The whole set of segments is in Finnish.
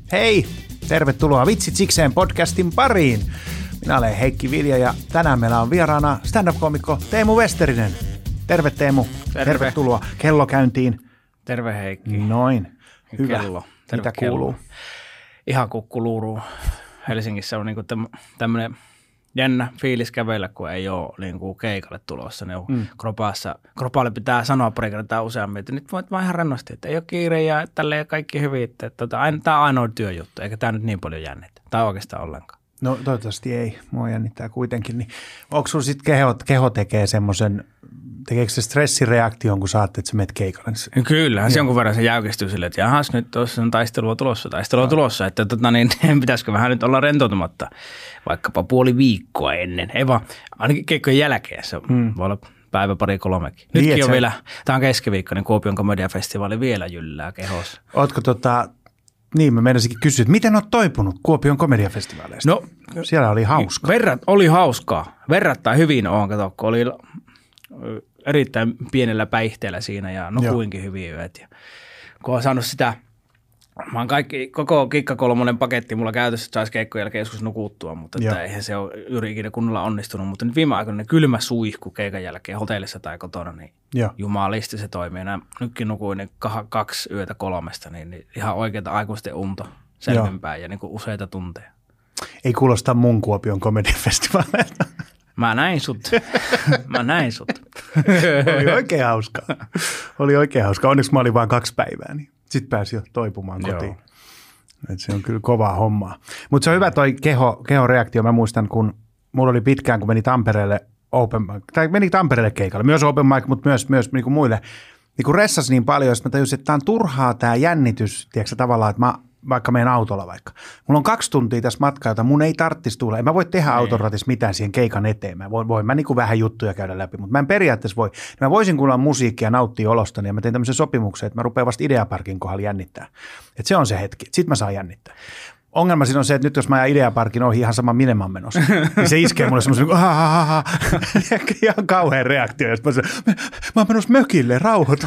Hei! Tervetuloa Vitsit sikseen podcastin pariin. Minä olen Heikki Vilja ja tänään meillä on vieraana stand-up-komikko Teemu Westerinen. Terve Teemu. Tervetuloa kellokäyntiin. Terve Heikki. Noin. Hyvä. Kello. Mitä kuuluu? Ihan kukkuluuruu. Helsingissä on niinku tämmöinen jännä fiilis kävellä, kun ei ole niinku keikalle tulossa. Ne on kropalle pitää sanoa pari kertaa useammin, että nyt voit vaan ihan rennosti, että ei ole kiire ja tälleen kaikki hyvin. Tämä on ainoa työjuttu, eikä tämä nyt niin paljon jännitä. Tai oikeastaan ollenkaan. No toivottavasti ei. Mua jännittää kuitenkin. Niin, onko sinulla sitten keho tekee semmoisen, tekeekö se stressireaktion, kun saatte, että sä menet keikalle? Kyllähän se jonkun verran se jäykistyy silleen, että jahas nyt tuossa on taistelua tulossa, että pitäisikö vähän nyt olla rentoutumatta vaikkapa puoli viikkoa ennen. Ei vaan, ainakin keikkojen jälkeen se voi olla päivä, pari, kolmekin. Nytkin niin, on vielä, tämä on keskiviikko, niin Kuopion komediafestivaali vielä jyllää kehossa. Ootko niin, mä meinasinkin kysyä, että miten oot toipunut Kuopion komediafestivaaleista? No, siellä oli hauska. Oli hauskaa. Verrattain hyvin on, kato, kun oli erittäin pienellä päihteellä siinä ja nukuinkin hyvin yöt. Ja kun on saanut sitä, mä oon koko Kikka kolmonen paketti mulla käytössä, että saisi keikkojen jälkeen joskus nukuttua, mutta eihän se ole juuri ikinä kunnolla onnistunut. Mutta nyt viime aikoina kylmä suihku keikan jälkeen hotellissa tai kotona, niin jumalisti se toimii. Nytkin nukuin niin 2 yötä 3, niin ihan oikeata aikuisten unta selvinpäin ja niin kuin useita tunteja. Ei kuulosta mun Kuopion komediafestivaaleilta. Mä näin sut. Oli oikein hauska. Onneksi mä olin vain 2 päivää, niin sitten pääsi jo toipumaan kotiin. Et se on kyllä kovaa hommaa. Mutta se on hyvä toi kehoreaktio. Mä muistan, kun mulla oli pitkään, kun meni Tampereelle keikalle. Myös open mic, mutta myös niin kuin muille. Niin kun ressasi niin paljon, että mä tajusin, että tää on turhaa tää jännitys, tiedätkö tavallaan, että mä vaikka meidän autolla vaikka. Mulla on 2 tuntia tässä matkaa, jota mun ei tarvitsisi tulla. En mä voi tehdä autoratissa mitään siihen keikan eteen. Mä voin mä niin kuin vähän juttuja käydä läpi, mutta mä en periaatteessa voi. Mä voisin kuulla musiikkia ja nauttia olostani ja mä tein tämmöisen sopimuksen, että mä rupean vasta Ideaparkin kohdalla jännittää. Että se on se hetki. Sitten mä saan jännittää. Ongelma siinä on se, että nyt jos mä ajan Ideaparkin ohi ihan sama minne mä oon menossa, niin se iskee mulle semmoisen ihan kauhean reaktio. Mä oon menossa mökille, rauhoitu.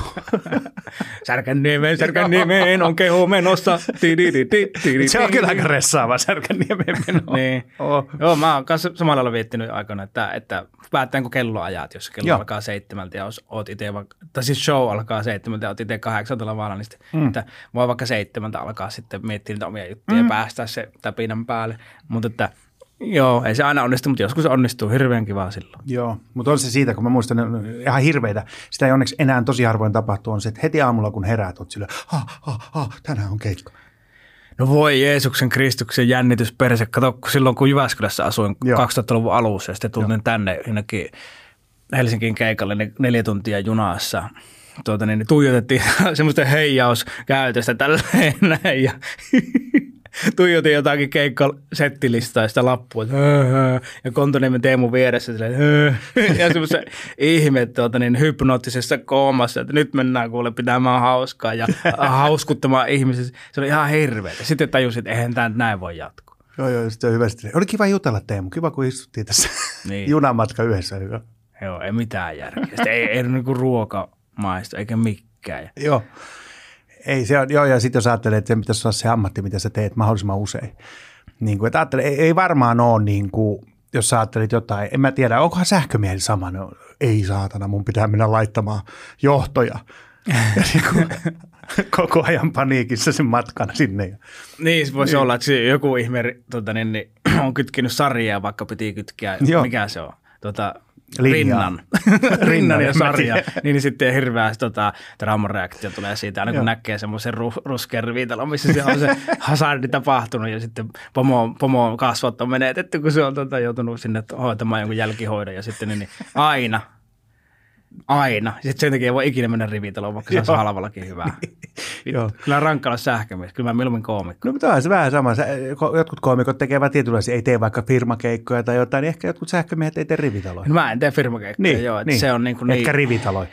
Särkänniemeen on keho menossa. Se on kyllä aika ressaava, Särkänniemeen meno. Niin. Joo, mä oon kanssa samalla lailla viettinyt aikana, että päättäänkö kelloajat, jos kello alkaa 7 ja oot itse tai siis show alkaa 7 ja oot itse 8 lavalla, niin sitten, että voi vaikka 7 alkaa sitten miettiä niitä omia juttuja ja päästää se täpinän päälle. Mutta että joo, ei se aina onnistu, mutta joskus onnistuu hirveän kivaa silloin. Joo, mutta on se siitä, kun mä muistan ihan hirveitä, sitä ei onneksi enää tosi harvoin tapahtuu, on se, että heti aamulla kun heräät, oot silleen, tänään on keikka. No voi Jeesuksen Kristuksen jännitysperse. Kato, silloin kun Jyväskylässä asuin 2000-luvun alussa ja sitten tulin tänne jonnekin Helsingin keikalle 4 tuntia junassa. Niin tuijotettiin semmoista heijauskäytöstä tälleen ja tuijotin jotakin keikkasettilistaa ja sitä lappua, ja Kontoniemen Teemu vieressä ja semmoisen ihme hypnoottisessa koomassa, että nyt mennään kuule pitämään hauskaa ja hauskuttamaan ihmisiä. Se oli ihan hirveätä. Sitten tajusin, että eihän tämä näin voi jatkuu. Joo, sitten on hyvästi. Oli kiva jutella Teemu, kiva kun istuttiin tässä junamatka yhdessä. Joo, ei mitään järkeä. Sitten ei niinku ruoka maistu eikä mikään. Joo. Ei se on, ja sitten jos ajattelee, että se pitäisi olla se ammatti, mitä sä teet mahdollisimman usein. Niin kuin, että ajattele, ei varmaan ole, niin kuin, jos sä ajattelit jotain, en mä tiedä, onkohan sähkömiehellä sama, no, ei saatana, mun pitää mennä laittamaan johtoja. Ja niin kuin, koko ajan paniikissa sen matkan sinne. Niin, se voisi olla, että joku ihme niin on kytkinyt sarjaa, vaikka piti kytkeä, mikä se on, Rinnan ja sarja, niin sitten hirveä traumareaktio tulee siitä, aina kun näkee semmoisen ruskean rivitalon, missä se on se hazardi tapahtunut ja sitten pomo kasvot on menetetty, kun se on joutunut sinne hoitamaan jonkun jälkihoidon ja sitten niin aina. Sitten sen takia ei voi ikinä mennä rivitaloon, vaikka se on halvallakin hyvää. Kyllä on rankka olla sähkömies. Kyllä mä mieluummin koomikko. No mutta on se vähän sama. Jotkut koomikot tekevät tietynlaisia, ei tee vaikka firmakeikkoja tai jotain, niin ehkä jotkut sähkömiehet ei tee rivitaloja. No mä en tee firmakeikkoja, niin. Se on niin kuin etkä rivitaloja.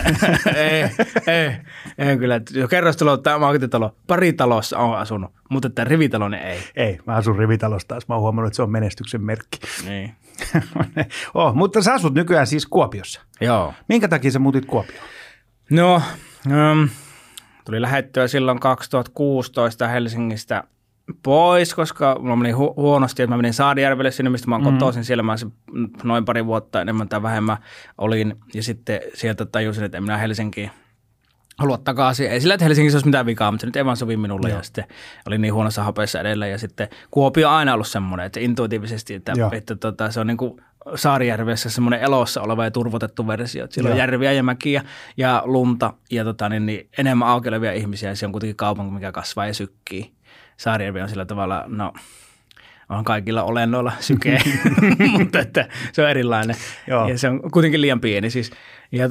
ei kyllä. Jo kerrostalo tai omakotitalo, pari talossa on asunut, mutta että rivitaloinen ei. Ei, mä asun rivitalossa taas. Mä oon huomannut, että se on menestyksen merkki. Niin. Mutta sä asut nykyään siis Kuopiossa. Joo. Minkä takia sä muutit Kuopioon? No, tuli lähettyä silloin 2016 Helsingistä pois, koska mulla meni huonosti, että mä menin Saarijärvelle sinne, mistä mä oon kotoisin. Siellä mä noin pari vuotta enemmän tai vähemmän olin ja sitten sieltä tajusin, että en minä Helsinkiin halua takaisin. Ei sillä, että Helsingissä olisi mitään vikaa, mutta se nyt ei vaan sovi minulle. Ja sitten olin niin huonossa hapeessa edelleen. Ja sitten Kuopio on aina ollut semmoinen, että intuitiivisesti, että se on niin kuin Saarijärvessä semmoinen elossa oleva ja turvotettu versio. Että siellä on järviä ja mäkiä ja lunta ja niin enemmän aukeilevia ihmisiä. Ja se on kuitenkin kaupunki, mikä kasvaa ja sykkii. Saarijärvi on sillä tavalla, on kaikilla olennoilla sykeä, mutta että se on erilainen. Ja se on kuitenkin liian pieni siis. Ja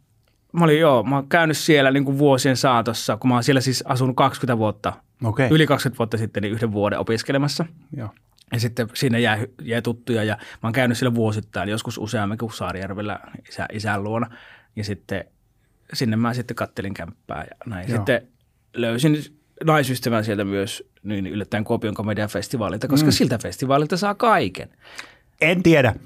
mä oon käynyt siellä niin kuin vuosien saatossa, kun mä oon siellä siis asunut 20 vuotta, yli 20 vuotta sitten, niin 1 vuoden opiskelemassa. Joo. Ja sitten siinä jäi tuttuja ja mä oon käynyt siellä vuosittain, joskus useammin kuin Saarijärvellä isän luona. Ja sitten sinne mä sitten kattelin kämppää ja näin. Joo. Sitten löysin naisystävän sieltä myös niin yllättäen Kuopion komediafestivaalilta, koska siltä festivaalilta saa kaiken. En tiedä.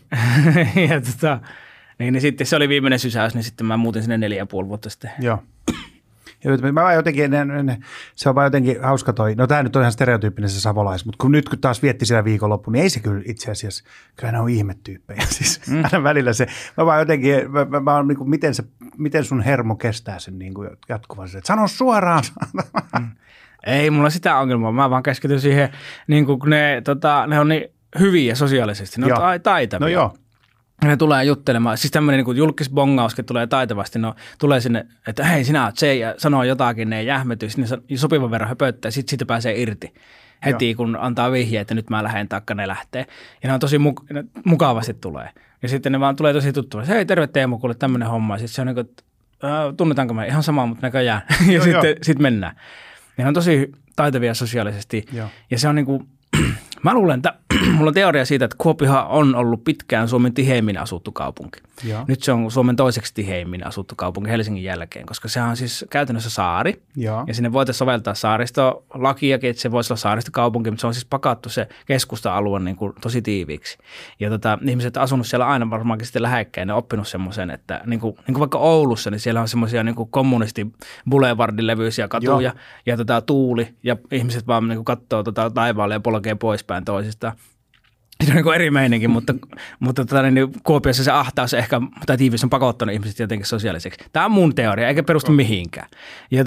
Ja niin sitten se oli viimeinen sysäys, niin sitten mä muutin sinne 4,5 vuotta sitten. Joo. Ja mä vaan jotenkin, se on vaan jotenkin hauska no tämä nyt on ihan stereotyyppinen se savolais, mutta kun taas vietti siellä viikonloppu, niin ei se kyllä itse asiassa, kyllä ne on ihmetyyppejä. Siis aina välillä se, mä vaan jotenkin, mä oon niin kuin, miten sun hermo kestää sen niin kuin jatkuvasti, että sano suoraan. Ei mulla sitä ongelmaa, mä vaan keskityn siihen, niin kuin ne on niin hyviä sosiaalisesti, ne on taitavia. No joo. Ne tulee juttelemaan, siis tämmöinen niin julkisbongauskin tulee taitavasti, tulee sinne, että hei sinä oot se ja sanoo jotakin, ne ei jähmety, sinne sopivan verran höpöttää, sitten siitä pääsee irti heti, kun antaa vihjeä, että nyt mä lähden taikka ne lähtee. Ja ne on tosi mukavasti tulee. Ja sitten ne vaan tulee tosi tuttuja, hei terve Teemu, kuule tämmöinen homma. Ja sitten se on niin kuin, tunnetaanko me ihan samaa, mutta näköjään. Ja sitten mennään. Ja ne on tosi taitavia sosiaalisesti. Ja se on niin kuin, mä luulen, että mulla on teoria siitä, että Kuopiohan on ollut pitkään Suomen tiheimmin asuttu kaupunki. Ja. Nyt se on Suomen toiseksi tiheimmin asuttu kaupunki Helsingin jälkeen, koska sehän on siis käytännössä saari. Ja sinne voitaisiin soveltaa saaristolakiakin, että se voisi olla saaristokaupunki, mutta se on siis pakattu se keskusta-alue niin kuin tosi tiiviiksi. Ja ihmiset on asunut siellä aina varmaankin sitten lähekkäin ja oppinut semmoisen, että niin kuin vaikka Oulussa, niin siellä on semmoisia niin kuin kommunisti-boulevardin-levyisiä katuja ja tuuli ja ihmiset vaan niin kuin katsoo taivaalle ja polkee poispäin toisistaan. Se on niin eri meininki, mutta niin Kuopiossa se ahtaus ehkä, tai tiivis on pakottanut ihmiset jotenkin sosiaaliseksi. Tämä on mun teoria, eikä perustu mihinkään. Ja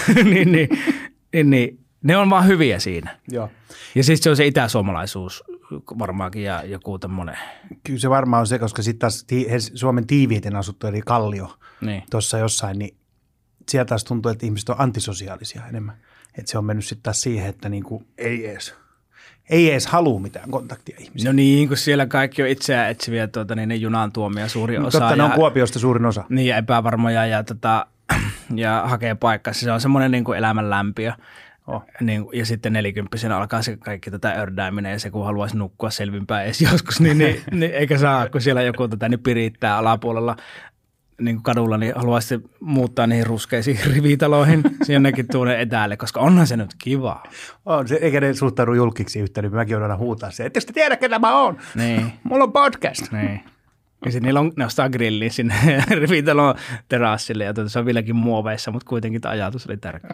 niin, ne on vaan hyviä siinä. Joo. Ja siis se on se itäsuomalaisuus varmaankin ja joku tämmöinen. Kyllä se varmaan on se, koska sitten taas Suomen tiiviiten asuttu, eli Kallio tuossa jossain, niin sieltä taas tuntuu, että ihmiset on antisosiaalisia enemmän. Että se on mennyt sitten taas siihen, että niinku ei edes halua mitään kontaktia ihmisiä. No niin, kun siellä kaikki on itseään etsiviä ne junan tuomia suurin osa. Totta, ne on Kuopiosta suurin osa. Niin, ja epävarmoja ja hakee paikkaa. Se on semmoinen niin kuin elämänlämpiö. Niin, ja sitten 40-vuotiaana alkaa se kaikki ördääminen ja se, kun haluaisi nukkua selvinpäin edes joskus, niin eikä saa, kun siellä joku niin pirittää alapuolella niin kuin kadulla, niin haluaisi muuttaa niihin ruskeisiin rivitaloihin jonnekin tuonne etäälle, koska onhan se nyt kiva. On se, eikä ne suhtaudu julkiksi yhtä, niin mäkin olen aina huutaa se, että te tiedä, ketä mä oon. Niin. Mulla on podcast. Niin. Ja sitten ne ostaa grillin sinne rivitalon terassille ja se on vieläkin muoveissa, mutta kuitenkin tämä ajatus oli tärkeä.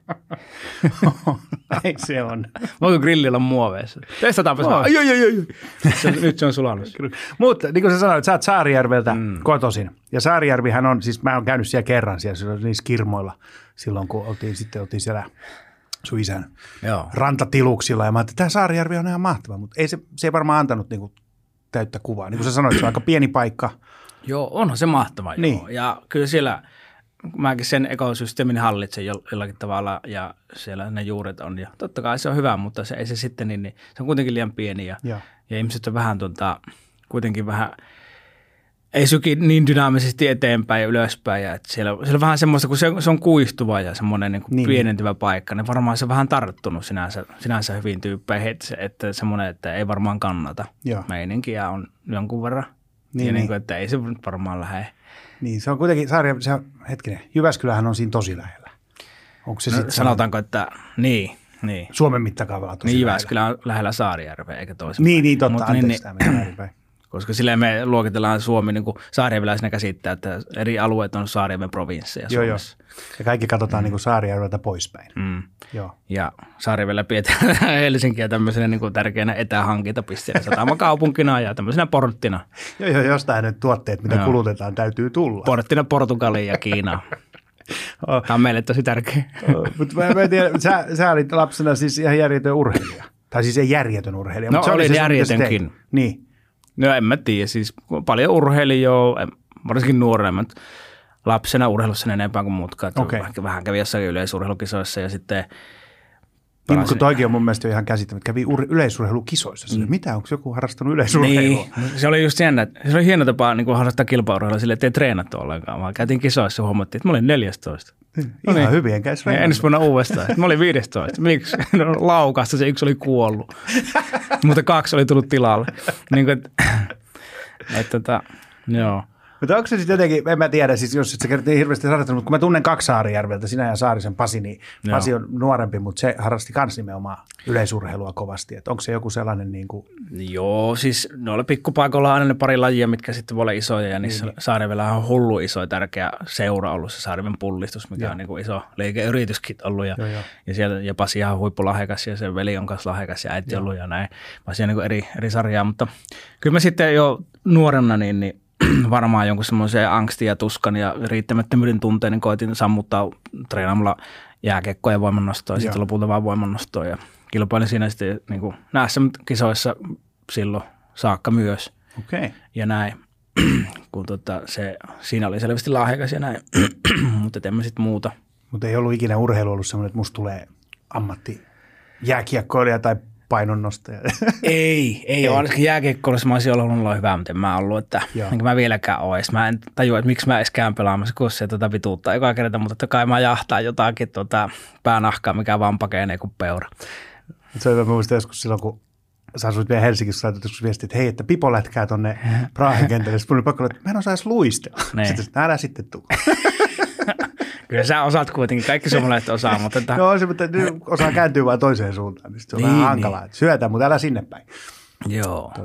Ei se on. Voiko grillillä muoveissa? Testataanpa se. Nyt se on sulannut. Mutta niin kuin sä sanoit, sä oot Saarijärveltä kotoisin. Ja Saarijärvihän on, siis mä oon käynyt siellä kerran siellä niissä kirmoilla silloin, kun oltiin siellä sun isän rantatiluksilla. Ja mä ajattelin, että tämä Saarijärvi on ihan mahtava, mutta se ei varmaan antanut niinku täyttä kuvaa. Niin kuin sä sanoit, se on aika pieni paikka. Joo, onhan se mahtava. Niin. Joo. Ja kyllä siellä mäkin sen ekosysteemin hallitsen jollakin tavalla ja siellä ne juuret on. Ja totta kai se on hyvä, mutta se ei se sitten, niin se on kuitenkin liian pieni. Ja ihmiset on vähän kuitenkin vähän, ei syki niin dynaamisesti eteenpäin ja ylöspäin. Ja että siellä on vähän semmoista, kun se on kuihtuva ja semmoinen niin pienentyvä paikka, niin varmaan se on vähän tarttunut sinänsä hyvin tyyppeihin, että semmoinen, että ei varmaan kannata. Meininkiä on jonkun verran. Niin kuin, että ei se varmaan lähde. Niin, se on kuitenkin, Jyväskylähän on siinä tosi lähellä. Onko se sitten sanotaanko, että niin. Suomen mittakaavalla tosi niin, Jyväskylä on lähellä Saarijärveä, eikä toisinpäin. Niin, totta, anteeksi, tämä mennään väärinpäin. Koska silleen me luokitellaan Suomi niin kuin Saarijärveläisenä käsittää, että eri alueet on Saarijärven provinsseja Suomessa. Joo. Ja kaikki katsotaan niin kuin Saarijärveltä poispäin. Joo. Ja Saarijärvellä pidetään Helsinkiä tämmöisenä niin kuin tärkeänä etähankintapisteenä, satamakaupunkina ja tämmöisenä porttina. Joo, jostain ne tuotteet, mitä kulutetaan, täytyy tulla. Porttina Portugaliin ja Kiinaan. Tämä on meille tosi tärkeä. Mutta mä en tiedä, sä olit lapsena siis ihan järjetön urheilija. Tai siis ei järjetön urheilija. No olin järjetönkin. Niin. No en mä tiedä, siis paljon urheilijoita, varsinkin nuoremmat. Lapsena urheilussa enempää kuin muutkaan. Okay. Vähän kävi jossain yleisurheilukisoissa ja sitten... Niin, mutta toikin on mun mielestä ihan käsittämättä. Kävi yleisurheilukisoissa. Mitä, onko joku harrastanut yleisurheilua? Niin, se oli just jännä. Se oli hieno tapa niin harrastaa kilpaurheilua silleen, että ei treenattu ollenkaan, vaan käytiin kisoissa ja huomattiin, että mä olin 14. Ihan hyvin, enkä edes ensi vuonna uudestaan. Mä olin 15. Miksi? No, laukasta se yksi oli kuollut, mutta 2 oli tullut tilalle. Niin kuin, joo. Mutta onko se sitten jotenkin, en mä tiedä, siis jos se kertoo hirveästi harrastanut, mutta kun mä tunnen 2 Saarijärveltä, sinä ja Saarisen Pasi, niin Pasi on nuorempi, mutta se harrasti kans nimenomaan yleisurheilua kovasti. Että onko se joku sellainen niin kuin... Joo, siis noilla pikkupaikoilla on aina ne pari lajia, mitkä sitten voi olla isoja, ja niissä niin. Saarijärvellä on hullu iso ja tärkeä seura ollut, se Saarijärven pullistus, mikä on niin kuin iso liikeyrityskin ollut, ja siellä ja Pasi ihan huippulahjakas, ja se veli on kanssa lahjakas, ja äiti ollut, ja näin. Pasi on niin kuin eri sarjaa, mutta kyllä mä sitten jo nuorena, niin varmaan jonkun semmoisen angstin ja tuskan ja riittämättömyyden tunteen, niin koitin sammuttaa treenaamalla jääkiekkoa ja voimannostoa ja sitten lopulta vaan voimannostoa. Ja kilpailin siinä sitten niin näissä kisoissa silloin saakka myös. Okay. Ja näin, kun siinä oli selvästi lahjakas ja näin, mutta en mä sitten muuta. Mutta ei ollut ikinä urheilu ollut semmoinen, että musta tulee ammattijääkiekkoilija tai painonnostaja. Ei ole. Ainakin jääkiekkoilussa mä olisin ollut hyvä, mutta en mä ollut, että enkä mä vieläkään ole. Mä en tajua, että miksi mä edes käyn pelaamassa, kun se vituuttaa joka kerta, mutta totta kai mä jahtaan jotakin päänahkaa, mikä vaan pakenee kuin peura. Se on hyvä, mä muistan joskus silloin, kun sä asuit vielä Helsingissä, laitat joskus viestiä, että hei, että Pipo lätkää tonne Prahen kentälle. Sitten oli pakko, että mä en osaa edes luistella. Sitten älä sitten tuu. Kyllä sä osaat kuitenkin, kaikki suomalaiset osaa, mutta... No se, mutta osaa kääntyä vaan toiseen suuntaan, niin se on vähän hankalaa. Niin. Syötä, mutta älä sinne päin. Joo.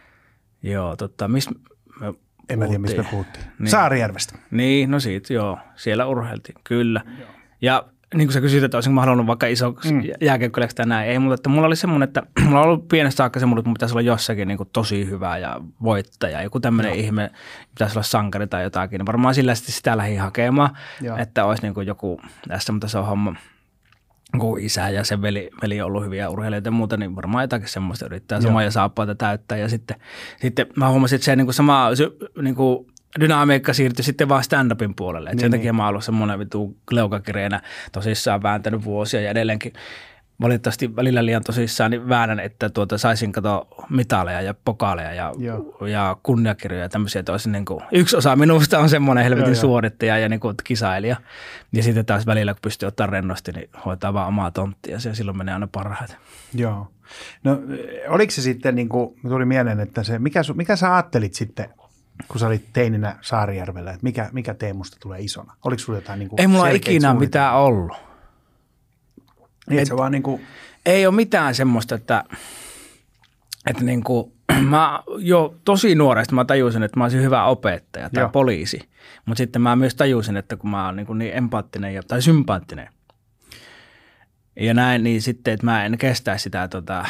En mä tiedä, mistä me puhuttiin. Niin. Saarijärvestä. Niin, no siitä, joo. Siellä urheiltiin, kyllä. Joo. Ja niin kuin sä kysyt, että olisinko mä halunnut vaikka iso jääkiekkoilijaksi tai näin, ei, mutta että mulla oli semmoinen, että mulla on ollut pienestä saakka semmoinen, että mun pitäisi olla jossakin niin kuin tosi hyvä ja voittaja, joku tämmöinen ihme, pitäisi olla sankari tai jotakin, niin varmaan sillä sitten sitä lähdin hakemaan, että olisi niin kuin joku tässä on homma, kun isä ja sen veli on ollut hyviä urheilijoita ja muuta, niin varmaan jotakin semmoista yrittää samoja saappaita täyttää ja sitten mä huomasin, että se niin kuin sama niin kuin dynamiikka siirtyi sitten vaan stand-upin puolelle. Sen takia mä oon ollut semmoinen vitu kleukakireenä tosissaan vääntänyt vuosia ja edelleenkin valitettavasti välillä liian tosissaan niin väännän, että saisin katsoa mitaleja ja pokaaleja ja kunniakirjoja ja tämmöisiä, että olisi niin kuin, yksi osa minusta on semmoinen helvetin suorittaja ja niin kuin kisailija. Ja sitten taas välillä, kun pystyy ottaa rennosti, niin hoitaa vaan omaa tonttia ja silloin menee aina parhaiten. Joo. No oliko se sitten, niin kuin tuli mieleen, että se, mikä sä ajattelit sitten, kun sä olit teininä Saarijärvellä, että mikä Teemusta tulee isona? Oliko sulla jotain niin kuin ei mulla ikinä mitään ollut. Niin, se vaan niin kuin... Ei ole mitään semmoista, että niin kuin, mä jo tosi nuoresta mä tajusin, että mä olisin hyvä opettaja tai poliisi. Mutta sitten mä myös tajusin, että kun mä oon niin empaattinen tai sympaattinen ja näin, niin sitten, että mä en kestä sitä,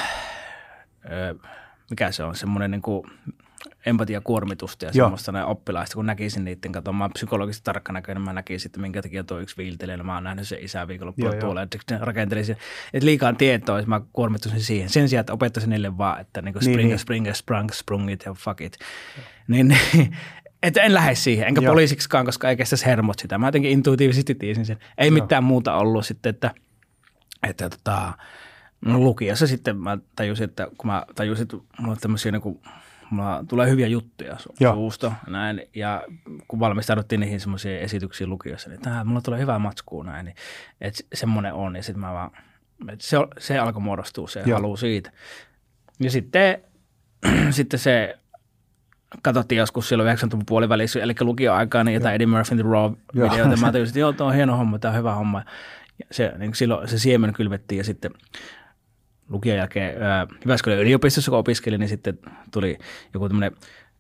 mikä se on, semmoinen niin kuin empatiakuormitusta ja semmoista näin oppilaista, kun näkisin niiden, katsomaan, mä oon psykologisesti tarkkanäköinen, mä näkisin, että minkä takia tuo yksi viiltelee, mä oon nähnyt sen isän viikonloppuun tuolla, että rakentelisin, että liikaa tietoa, että mä kuormittuisin siihen, sen sijaan, että opettaisin niille vaan, että niin kuin sprung it ja fuck it, niin että en lähde siihen, enkä poliisiksikaan, koska ei kestäisi hermot sitä, mä jotenkin intuitiivisesti tiesin sen, ei mitään muuta ollut sitten, että lukiossa sitten mä tajusin, että kun mä tajusin, että mulla on tämmöisiä niin kuin mulla tulee hyviä juttuja suusta näin, ja kun valmistauduttiin niihin semmoisiin esityksiin lukiossa, niin mulla tulee hyvää matskua näin, niin että semmoinen on, ja sitten mä vaan, että se alkoi muodostua, se haluu siitä. Ja sitten se katsottiin joskus silloin 90-luvun puolivälissä, eli lukioaikaa, niin jotain Eddie Murphyn The Raw-videoita, mä tajusin, että joo, tuo on hieno homma, tämä on hyvä homma. Ja se, niin silloin se siemen kylvettiin, ja sitten lukion jälkeen Jyväskylän yliopistossa, kun opiskelin, niin sitten tuli joku tämmöinen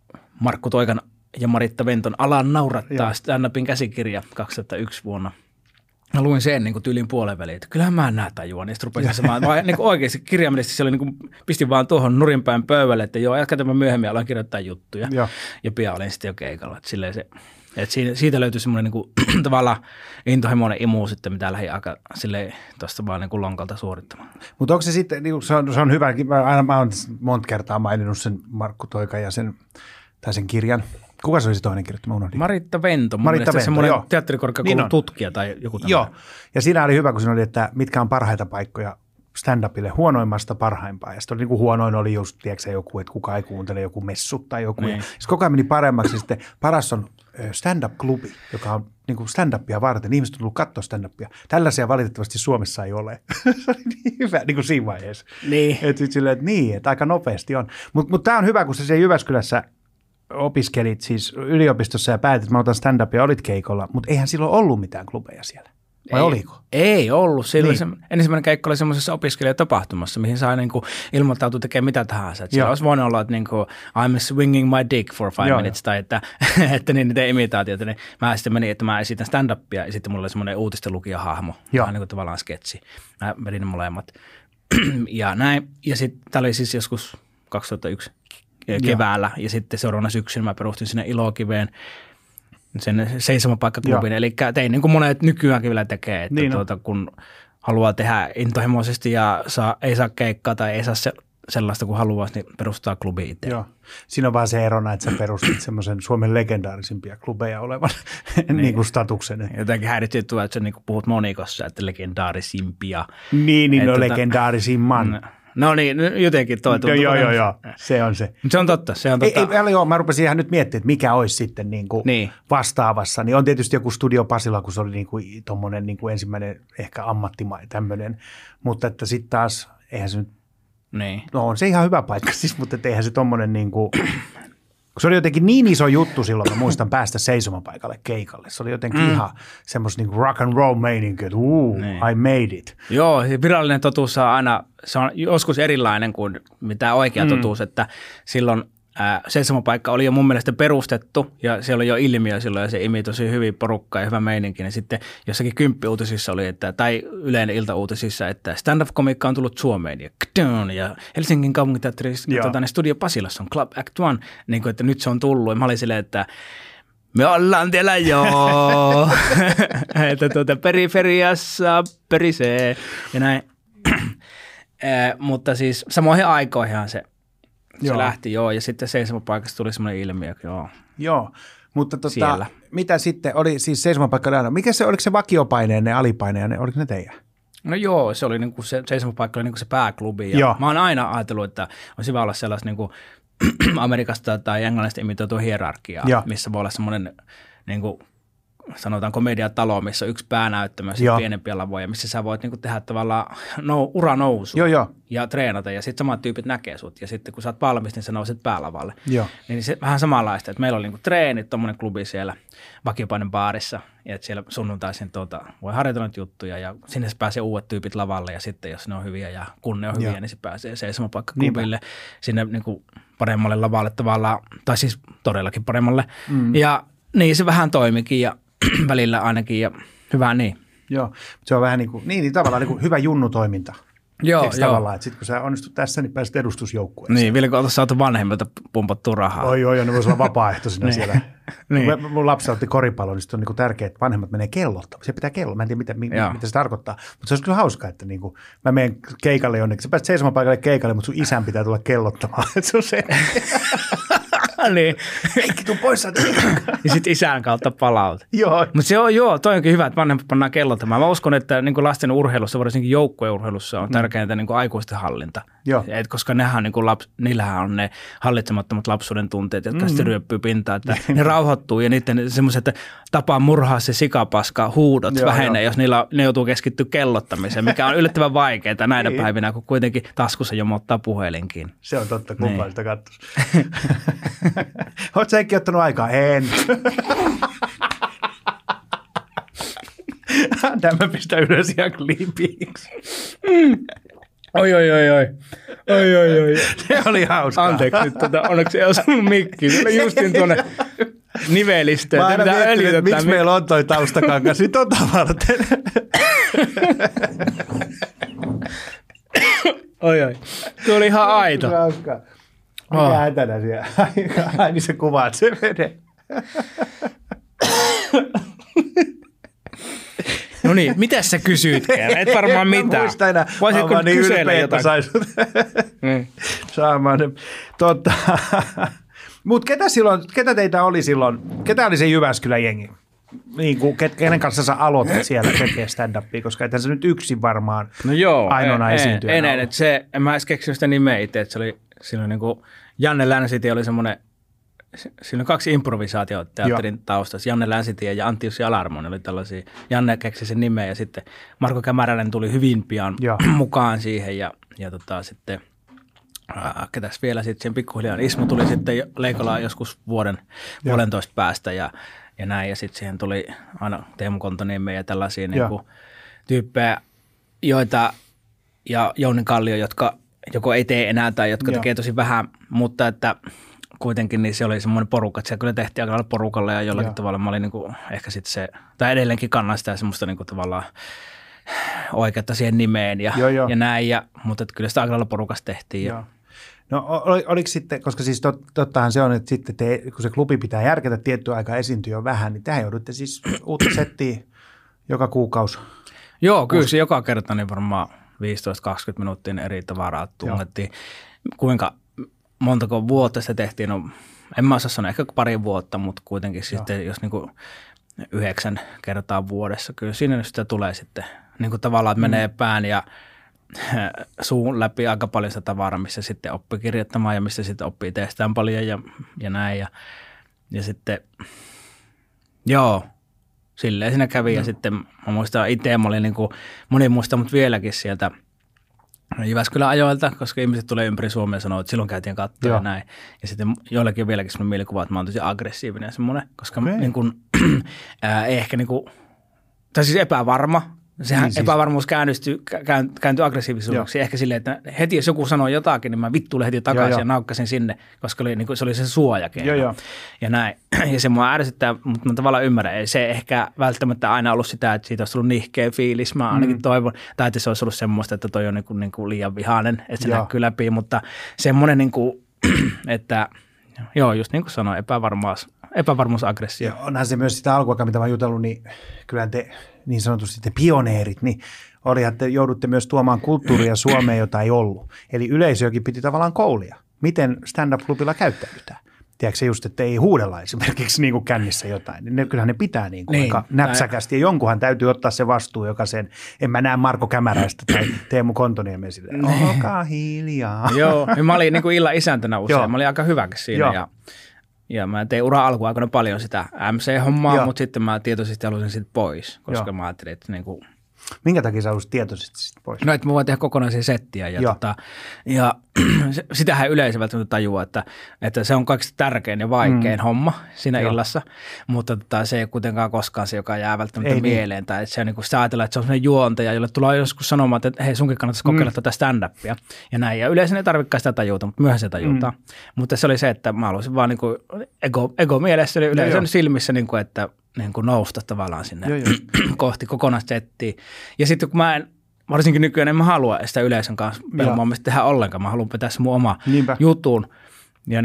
Markku Toikan ja Maritta Venton Alan naurattaa stand-upin käsikirja 2001 vuonna. Mä luin sen niin kuin tyylin puolen väliin, että kyllähän mä nää tajuan. Ja sitten rupesin samaan, niin oikeasti kirjaimellisesti se oli, niin kuin, pistin vaan tuohon nurinpäin pöydälle, että joo, jatkan tämän myöhemmin, aloin kirjoittaa juttuja. Ja pian olin sitten jo keikalla. Että siitä löytyi semmoinen niin kuin, tavallaan intohimoinen imu sitten, mitä lähdin aika tuosta vaan niin kuin lonkalta suorittamaan. Mutta onko se sitten, niin se on hyvä, mä oon monta kertaa maininnut sen Markku Toikan ja sen kirjan. Kuka se oli se toinen kirjoittaja? Mä unohdin. Maritta Vento. Maritta Vento, semmoinen teatterikorkeakoulun tutkija tai joku tämmöinen. Joo, ja siinä oli hyvä, kun siinä oli, että mitkä on parhaita paikkoja stand-upille, huonoimmasta parhaimpaan. Ja sitten oli niin kuin huonoin oli just, tiedätkö joku, että kuka ei kuuntele, joku messut tai joku. Niin. Sitten koko ajan meni paremmaksi. Sitten paras on stand-up-klubi, joka on niin kuin stand-upia varten. Ihmiset on tullut katsoa stand-upia. Tällaisia valitettavasti Suomessa ei ole. Se oli niin hyvä niin kuin siinä vaiheessa. Niin. Että aika nopeasti on. Mutta tämä on hyvä, kun se Jyväskylässä opiskelit siis yliopistossa ja päätit, että mä otan stand-upia, olit keikolla, mutta eihän silloin ollut mitään klubeja siellä. Vai oliko? Ei ollut. Silloin niin. Ensimmäinen keikka oli semmoisessa opiskelijatapahtumassa, mihin sai niinku ilmoittautua tekemään mitä tahansa. Siellä olisi voinut olla, että niinku, I'm swinging my dick for 5 minutes, tai että niin tee imitaatiota. Niin mä sitten menin, että mä esitän stand-upia, ja sitten mulla oli semmoinen uutistenlukijahahmo, vähän niin kuin tavallaan sketsi. Mä vedin ne molemmat. Ja näin. Ja sitten tämä oli siis joskus 2001 keväällä, ja sitten seuraavana syksynä mä perustin sinne Ilokiveen sen seisomapaikkaklubin, eli tein niin kuin monet nykyäänkin vielä tekee, että niin kun haluaa tehdä intohimoisesti ja ei saa keikkaa tai ei saa sellaista kuin haluaisi, niin perustaa klubi itse. Joo. Siinä on vaan se erona, että sä perustit semmoisen Suomen legendaarisimpia klubeja olevan niin kuin statuksen. Jotenkin häirityttyä, että sä niin kuin puhut monikossa, että legendaarisimpia. Niin legendaarisimman. No niin, jotenkin toi tuntuu. Joo, se on se. Se on totta, mä rupesin ihan nyt miettimään, että mikä olisi sitten niin kuin vastaavassa. Niin on tietysti joku Studio Pasila, kun se oli niin kuin tommonen niin kuin ensimmäinen ehkä ammattimainen tämmöinen. Mutta että sitten taas, eihän se nyt, no on se ihan hyvä paikka siis, mutta eihän se tommonen niin kuin, se oli jotenkin niin iso juttu silloin, mä muistan päästä seisomapaikalle keikalle. Se oli jotenkin ihan semmoista niin rock and roll meininkiä, että I made it. Joo, virallinen totuus on aina, se on joskus erilainen kuin mitä oikea totuus, että silloin seisomapaikka oli jo mun mielestä perustettu ja siellä oli jo ilmiö silloin ja se imi tosi hyvin porukkaa ja hyvä meininki. Niin sitten jossakin Kymppi-uutisissa oli, tai Yleen iltauutisissa, että stand-up-komiikka on tullut Suomeen ja Helsingin kaupunginteatterissa Studio Pasilassa on Club Act 1, niin kuin, että nyt se on tullut. Ja mä olin silleen, että me ollaan teillä joo, että periferiassa perisee ja näin. Mutta siis samoihin aikoihin se lähti, ja sitten seisomapaikasta tuli semmoinen ilmiö, Joo, mutta mitä sitten oli siis seisomapaikka, mikä se, oliko se vakiopaineinen, alipaineinen, oliko ne teidän? No joo, se oli niinku se seisomapaikka oli niinku se pääklubi, ja mä oon aina ajatellut, että olisi hyvä olla sellaista niinku Amerikasta tai Englannista imitoitua hierarkiaa, missä voi olla semmoinen niinku sanotaan komediatalo, missä on yksi päänäyttämö ja pienempiä lavoja, missä sä voit niinku tehdä tavallaan uranousu ja treenata ja sitten samat tyypit näkee sut ja sitten kun sä oot valmis, niin sä nouset päälavalle. Niin se vähän samanlaista, että meillä oli niinku treenit, tommoinen klubi siellä vakiopainen baarissa ja että siellä sunnuntaisin voi harjoitella juttuja ja sinne se pääsee uudet tyypit lavalle ja sitten jos ne on hyviä ja kun ne on hyviä, niin se pääsee seisomapaikkaklubille sinne niinku paremmalle lavalle tavallaan, tai siis todellakin paremmalle ja niin se vähän toimikin ja välillä ainakin ja hyvä niin. Joo, se on vähän niin kuin, tavallaan niin kuin hyvä junnutoiminta. Joo. Tavallaan, että sitten kun sä onnistut tässä, niin pääset edustusjoukkueeseen. Niin, vielä kun oltaisiin saatu vanhemmilta pumpattua rahaa. Joo, ne voisi olla vapaaehtoisina siellä. Niin. Mun lapsi otti koripallon, niin on niin tärkeää, että vanhemmat menee kellottamaan. Se pitää kello. Mä en tiedä, mitä se tarkoittaa. Mutta se olisi kyllä hauskaa, että niin kuin, mä menen keikalle jonnekin. Sä pääset seisomapaikalle keikalle, mutta sun isän pitää tulla kellottamaan. Se on se. Niin. Heikki, tuu pois. Ja sitten isän kautta palaut. Joo. Mutta se on, toi onkin hyvä, että vanhemmat pannaan kellottamaan. Mä uskon, että niin kuin lasten urheilussa, varsinkin joukkueurheilussa on tärkeintä niin kuin aikuisten hallinta. Et koska nehän, niin kuin niillähän on ne hallitsemattomat lapsuuden tunteet, jotka sitten ryöppyy pintaan, että ne rauhoittuu ja niiden semmoiset tapaa murhaa se sikapaska huudot vähenee, jos ne joutuu keskittyä kellottamiseen, mikä on yllättävän vaikeaa näinä päivinä, kun kuitenkin taskussa jomottaa puhelinkin. Se on totta, kumpaalista katsoisi. Oletko säkin ottanut aikaa? En. Tämä pistää ylös ihan klipiksi. Oi. Oi. Se oli hauskaa. Anteeksi nyt, onneksi ei osannut mikkiin. Se oli justiin tuonne nivelistöön. Mä aina miettinyt, että miksi meillä on toi taustakangas. Nyt on varten. Oi. Tuo oli ihan aito. Hauskaa. Mikä hätänä siellä? Aina se kuvaat se veden. No niin, mitä sä kysyitkään? Et varmaan mitään. En muista enää. Voisitko nyt niin kysellä jotain? Saamaan ne. Mutta ketä teitä oli silloin? Ketä oli se Jyväskylän jengi? Niin kuin, kenen kanssa sä aloitit siellä tekemään stand-upia, koska ethän se nyt yksin varmaan ainoana esiintyjänä ollut. En mä edes keksinyt sitä nimeä itse, että se oli silloin niin kuin Janne Länsitie oli semmoinen, siinä on 2 improvisaatioteatterin taustassa, Janne Länsitie ja Antti Jussi Alarmo, ne oli tällaisia, Janne keksi sen nimeä ja sitten Marko Kämäräinen tuli hyvin pian mukaan siihen ja sitten ketäs vielä sitten sen pikkuhiljaa, Ismo tuli sitten Leikolaan joskus puolentoista päästä ja näin, ja sitten siihen tuli aina Teemu Kontoniemi ja tällaisia niin kuin tyyppejä, ja Jouni Kallio, jotka joko ei tee enää tai jotka tekee tosi vähän, mutta että kuitenkin niin se oli semmoinen porukka, että se kyllä tehtiin aika lailla porukalla ja jollakin tavalla mä olin niin kuin ehkä sitten se, tai edelleenkin kannan sitä semmoista niin kuin tavallaan oikeutta siihen nimeen ja näin, mutta että kyllä sitä aika lailla porukasta tehtiin. No oliko sitten, koska siis tottahan se on, että sitten kun se klubi pitää järkätä tiettyä aikaa esiintyä jo vähän, niin tähän joudutte siis uutta settiä joka kuukausi. Joo, kyllä se joka kerta niin varmaan 15-20 minuuttia eri tavaraa tungettiin. Kuinka montako vuotta se tehtiin, no en mä osaa sanoa, ehkä 2 vuotta, mutta kuitenkin sitten jos niin kuin 9 kertaa vuodessa, kyllä siinä nyt sitä tulee sitten niin kuin tavallaan, että menee pään ja suun läpi aika paljon sitä tavaraa, missä sitten oppii kirjoittamaan ja missä sitten oppii tehdään paljon ja näin. Ja sitten, silleen siinä kävi. Ja sitten mä muistan itse, mä olin niin kuin, moni muista mut vieläkin sieltä Jyväskylän ajoilta, koska ihmiset tulee ympäri Suomea ja sanoo, että silloin käytiin katsoa ja näin. Ja sitten joillekin vieläkin semmoinen mielikuva, että mä oon tosi aggressiivinen ja semmoinen, koska niin kuin, ehkä niin kuin, tai siis epävarma. Sehän niin siis epävarmuus kääntyi aggressiivisuudeksi ehkä silleen, että heti jos joku sanoo jotakin, niin mä vittuilen heti takaisin ja naukkasin sinne, koska oli, niin kuin, se oli se suojakeino ja näin. Ja se mua ärsyttää, mutta mä tavallaan ymmärrän. Ei se ehkä välttämättä aina ollut sitä, että siitä olisi tullut nihkeä fiilis, mä ainakin toivon. Tai että se olisi ollut semmoista, että toi on niin kuin liian vihainen, että se näkyy läpi, mutta semmoinen, niin kuin, että just niin kuin sanoin, epävarmuusaggressio. Onhan se myös sitä alkuaikaa, mitä mä oon jutellut, niin kyllä te niin sanotusti te pioneerit, niin olihan te joudutte myös tuomaan kulttuuria Suomeen, jota ei ollut. Eli yleisöäkin piti tavallaan koulia. Miten stand-up-klubilla käyttäydytään? Tiedätkö just, että ei huudella esimerkiksi niin kuin kännissä jotain. Kyllähän ne pitää niin kuin aika näpsäkästi. Ja jonkunhan täytyy ottaa se vastuu, joka sen, en mä näe Marko Kämäräistä tai Teemu Kontoniemen silleen, olkaa hiljaa. Joo, mä olin niin kuin illan isäntänä usein. Mä olin aika hyväkin siinä ja mä tein uran alkuaikana paljon sitä MC-hommaa, mutta sitten mä tietoisesti halusin sitten pois, koska mä ajattelin, että niin kuin... Minkä takia sä halusit tietoisesti sitten pois? No, että mä voin tehdä kokonaisia settiä ja sitähän yleisö välttämättä tajua, että se on kaikista tärkein ja vaikein homma siinä illassa, mutta se ei ole kuitenkaan koskaan se, joka jää välttämättä mieleen. Tai että se on niin kuin sitä ajatella, että se on sellainen juontaja, jolle tulee joskus sanomaan, että hei, sunkin kannattaisi kokeilla tätä stand-upia ja näin. Ja yleensä ei tarvitsekaan sitä tajuta, mutta myöhään se tajutaan. Mutta se oli se, että mä halusin vaan niin kuin ego mielessä, eli yleisön silmissä, niin kuin, että niin kuin nousta tavallaan sinne kohti kokonaista settiä. Ja sitten kun varsinkin nykyään en mä halua sitä yleisön kanssa pelmaamista tehdä ollenkaan. Mä haluan pitää se mun oma jutun. Ja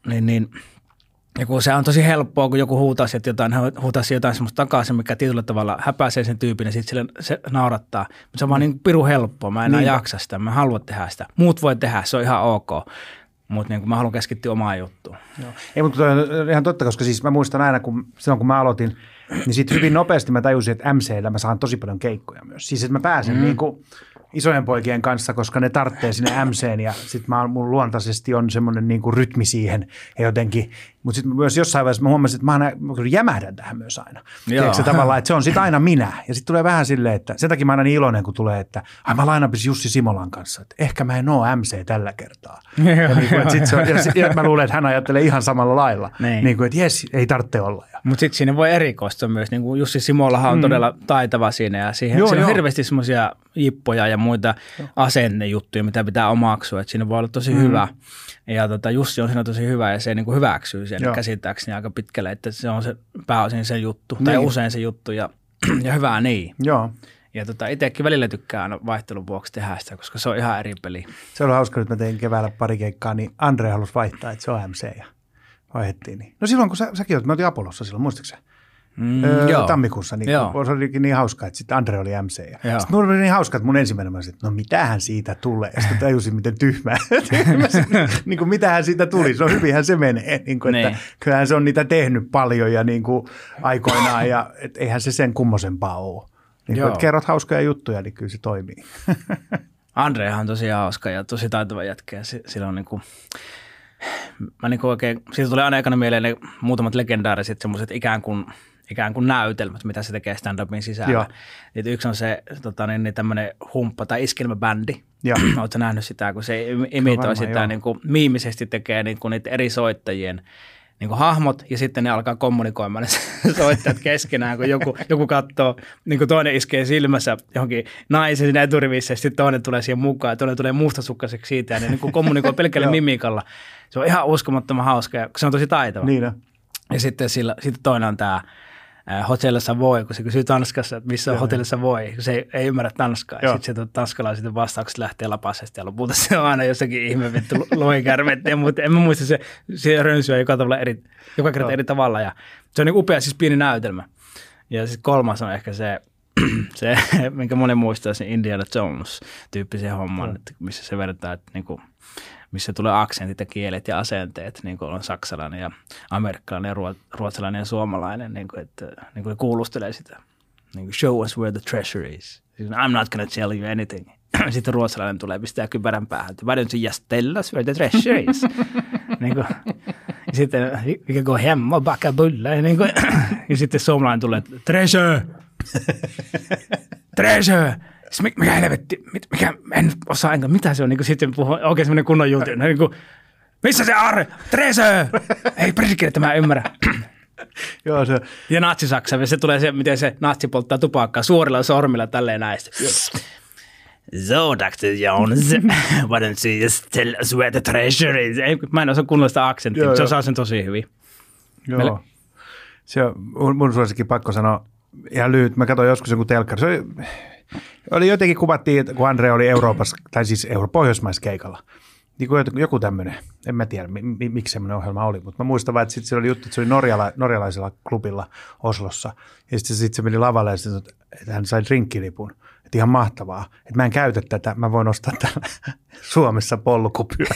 ja kun se on tosi helppoa, kun joku huutaisi jotain semmoista takaisin, mikä tietyllä tavalla häpäisee sen tyypin ja sitten se naurattaa. Mutta se on vaan niin pirun helppoa. Mä enää jaksa sitä. Mä haluan tehdä sitä. Muut voi tehdä, se on ihan ok. Mutta niin mä haluan keskittyä omaan juttuun. Ei, mutta toi on ihan totta, koska siis mä muistan aina, silloin kun mä aloitin, niin sitten hyvin nopeasti mä tajusin, että MC:llä mä saan tosi paljon keikkoja myös. Siis että mä pääsen niin kuin isojen poikien kanssa, koska ne tarvitsee sinne MC:n ja sitten mun luontaisesti on semmoinen niin kuin rytmi siihen ja jotenkin. Mutta sitten myös jossain vaiheessa mä huomasin, että mä jämähdän tähän myös aina. Tiedätkö se tavallaan, että se on sitten aina minä. Ja sitten tulee vähän silleen, että sen takia mä aina niin iloinen, kun tulee, että mä lainapis Jussi Simolan kanssa, että ehkä mä en ole MC tällä kertaa. Ja mä luulen, että hän ajattelee ihan samalla lailla. Niin kuin, että jes, ei tarvitse olla. Mutta sitten siinä voi erikoistua myös. Niin kuin Jussi Simolahan on todella taitava siinä ja siinä on hirveästi semmoisia jippoja ja muita asennejuttuja, mitä pitää omaksua, että siinä voi olla tosi hyvä. Ja Jussi on siinä tosi hyvä ja se niin kuin hyväksyy sen käsittääkseni aika pitkälle, että se on se pääosin se juttu tai usein se juttu ja hyvää niin. Joo. Ja itsekin välillä tykkää aina vaihtelun vuoksi tehdä sitä, koska se on ihan eri peli. Se oli hauska, että mä tein keväällä pari keikkaa, niin Andre halusi vaihtaa, että se on MC ja vaihdettiin. Niin. No silloin, kun säkin olet, me oltiin Apollossa silloin, muistatko sä? Tammikuussa, niin se olikin niin hauska, että sitten Andre oli MC. Sitten mulla oli niin hauska, että mun ensimmäinen mä että no mitähän siitä tulee. Ja sitten tajusin, miten tyhmää. niin kuin mitähän siitä tuli, se on hyvinhän se menee. Niin kuin, että kyllähän se on niitä tehnyt paljon ja niin kuin aikoinaan ja et eihän se sen kummosempaa ole. Niin kuin, että kerrot hauskoja juttuja, niin kyllä se toimii. Andrehan on tosi hauska ja tosi taitava jätkä ja sillä on niinku mä niinku oikein, siitä tulee aina ekana mieleen ne muutamat legendaariset semmoiset ikään kuin näytelmät, mitä se tekee stand-upin sisällä. Yksi on se tämmöinen humppa tai iskelmäbändi. Oletko nähnyt sitä, kun se imitoi sitä, niin kuin miimisesti tekee niin kuin niitä eri soittajien niin kuin hahmot ja sitten ne alkaa kommunikoimaan ne soittajat keskenään, kun joku katsoo, niin kuin toinen iskee silmässä johonkin naisen siinä eturivissä ja sitten toinen tulee siihen mukaan ja toinen tulee mustasukkaiseksi siitä ja ne niin kuin kommunikoi pelkällä mimikalla. Se on ihan uskomattoman hauska ja se on tosi taitava. Niin on. Ja sitten toinen on tämä Hotel Savoy, kun se kysyy Tanskassa, että missä on Hotel Savoy, kun se ei ymmärrä tanskaa. Ja sitten se tanskalaiset vastaukset lähtee lapasesta ja lopulta se on aina jossakin ihme vittu loikärmettä. Mutta en mä muista, se rönsyä joka kerta eri tavalla. Ja se on niin upea siis pieni näytelmä. Ja sitten kolmas on ehkä se minkä monen muistaa, se Indiana Jones-tyyppisen homman, että missä se vertaa, että niinku, missä tulee aksentit ja kielet ja asenteet, niin kuin on saksalainen ja amerikkalainen ja ruotsalainen ja suomalainen, niin kuin, että niin kuin kuulustelee sitä. Niin kuin, show us where the treasure is. I'm not going to tell you anything. Sitten ruotsalainen tulee pistää kypärän päähän, että why don't you just tell us where the treasure is? Niin kuin, ja sitten vi kan gå hem och backa bullar. Niin kuin, ja sitten suomalainen tulee, treasure! Treasure! Mikä helvetti, en osaa enkä, mitä se on, niin sitten puhuu oikein semmoinen kunnon juttu, niin kuin, missä se Arre, Tresö, ei persikki, että mä ymmärrän. Joo, se. Ja natsi-Saksa, se tulee se, miten se natsi polttaa tupakkaa suorilla sormilla tälleen näistä. So, Dr. Jones, why don't you just tell us where the treasure is? Mä en osaa kunnollista aksenttia, mutta se osaa sen tosi hyvin. Joo, se on mun suosikin pakko sanoa ihan lyhyt. Mä katsoin joskus joku telkkari. Se oli jotenkin kuvattiin, kun Andre oli Euroopassa, tai siis Pohjoismaiskeikalla. Niin joku tämmöinen, en mä tiedä miksi semmoinen ohjelma oli, mutta mä muistan vaan, että sitten siellä oli juttu, että se oli norjalaisella klubilla Oslossa. Ja sitten se meni lavalle ja sitten, että hän sai drinkkilipun. Että ihan mahtavaa, että mä en käytä tätä, mä voin ostaa täällä Suomessa polkupyörä.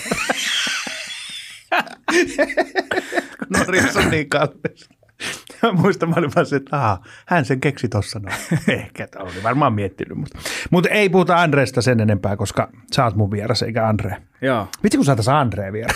Norjassa on niin kallista. Mä muistan, mä olin vaan se, että hän sen keksi tossa noin. Ehkä, oli varmaan miettinyt. Mutta ei puhuta Andreesta sen enempää, koska sä oot mun vieras, eikä Andre. Joo. Vitsi, kun saatais Andre vieras.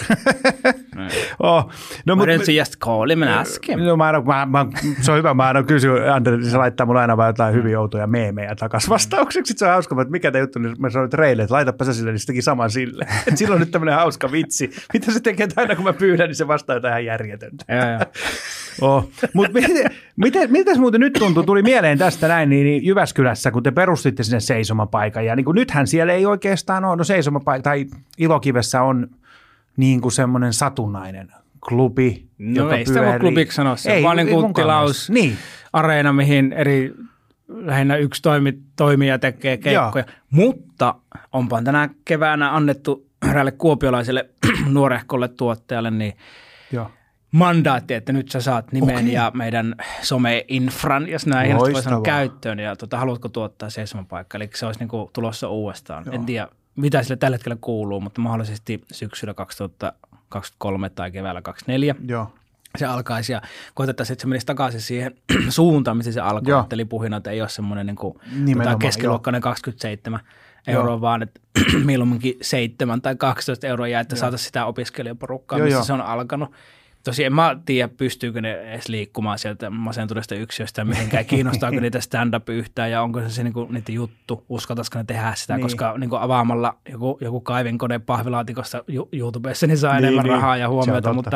No, but don't you just call him and ask him? No, se on hyvä, mä aina kysyn Andre, niin se laittaa mulle aina vaan jotain hyvin outoja meemejä takas vastaukseksi. Sitten se on hauska, että mikä te juttu, niin mä sanoin Reille, että laitapa sä sille, niin se teki saman sille. Että sillä on nyt tämmöinen hauska vitsi. Mitä se tekee, että aina kun mä pyydän, niin se vastaa jotain ihan järjetöntä. Joo. Mutta mitäs muuten nyt tuntuu, tuli mieleen tästä näin, niin Jyväskylässä, kun te perustitte sinne seisomapaikan, ja niin kuin nythän siellä ei oikeastaan ole, no seisomapaikka, tai Ilokivessä on niin kuin semmoinen satunnainen klubi, joka ei sitä voi klubiksi sanoa, se on vaan niin kuin tilaus, areena, mihin lähinnä yksi toimija tekee keikkoja, mutta onpa tänä keväänä annettu eräälle kuopiolaiselle nuorehkolle tuottajalle, niin mandaatti, että nyt sä saat nimen ja meidän some-infran, jos näin hienosti voi sanoa käyttöön, ja haluatko tuottaa seisomapaikka, eli se olisi niin kuin tulossa uudestaan. Joo. En tiedä, mitä sille tällä hetkellä kuuluu, mutta mahdollisesti syksyllä 2023 tai keväällä 2024 se alkaisi, ja koetettaisiin, että se menisi takaisin siihen suuntaan, missä se alkoi, että lipuhinnat ei ole semmoinen niin kuin keskiluokkainen 27 euroa, vaan että milloinkin 7 tai 12 euroa jää, että saataisiin sitä opiskelijaporukkaa, missä se on alkanut. Tosi en mä tiedä, pystyykö ne edes liikkumaan sieltä masentuneesta yksiöstä, mihinkään kiinnostaako niitä stand-up yhtään ja onko se niinku niitä juttu, uskaltaisiko ne tehdä sitä, koska niinku avaamalla joku kaivinkone pahvilaatikosta YouTubessa, niin saa enemmän rahaa ja huomiota, mutta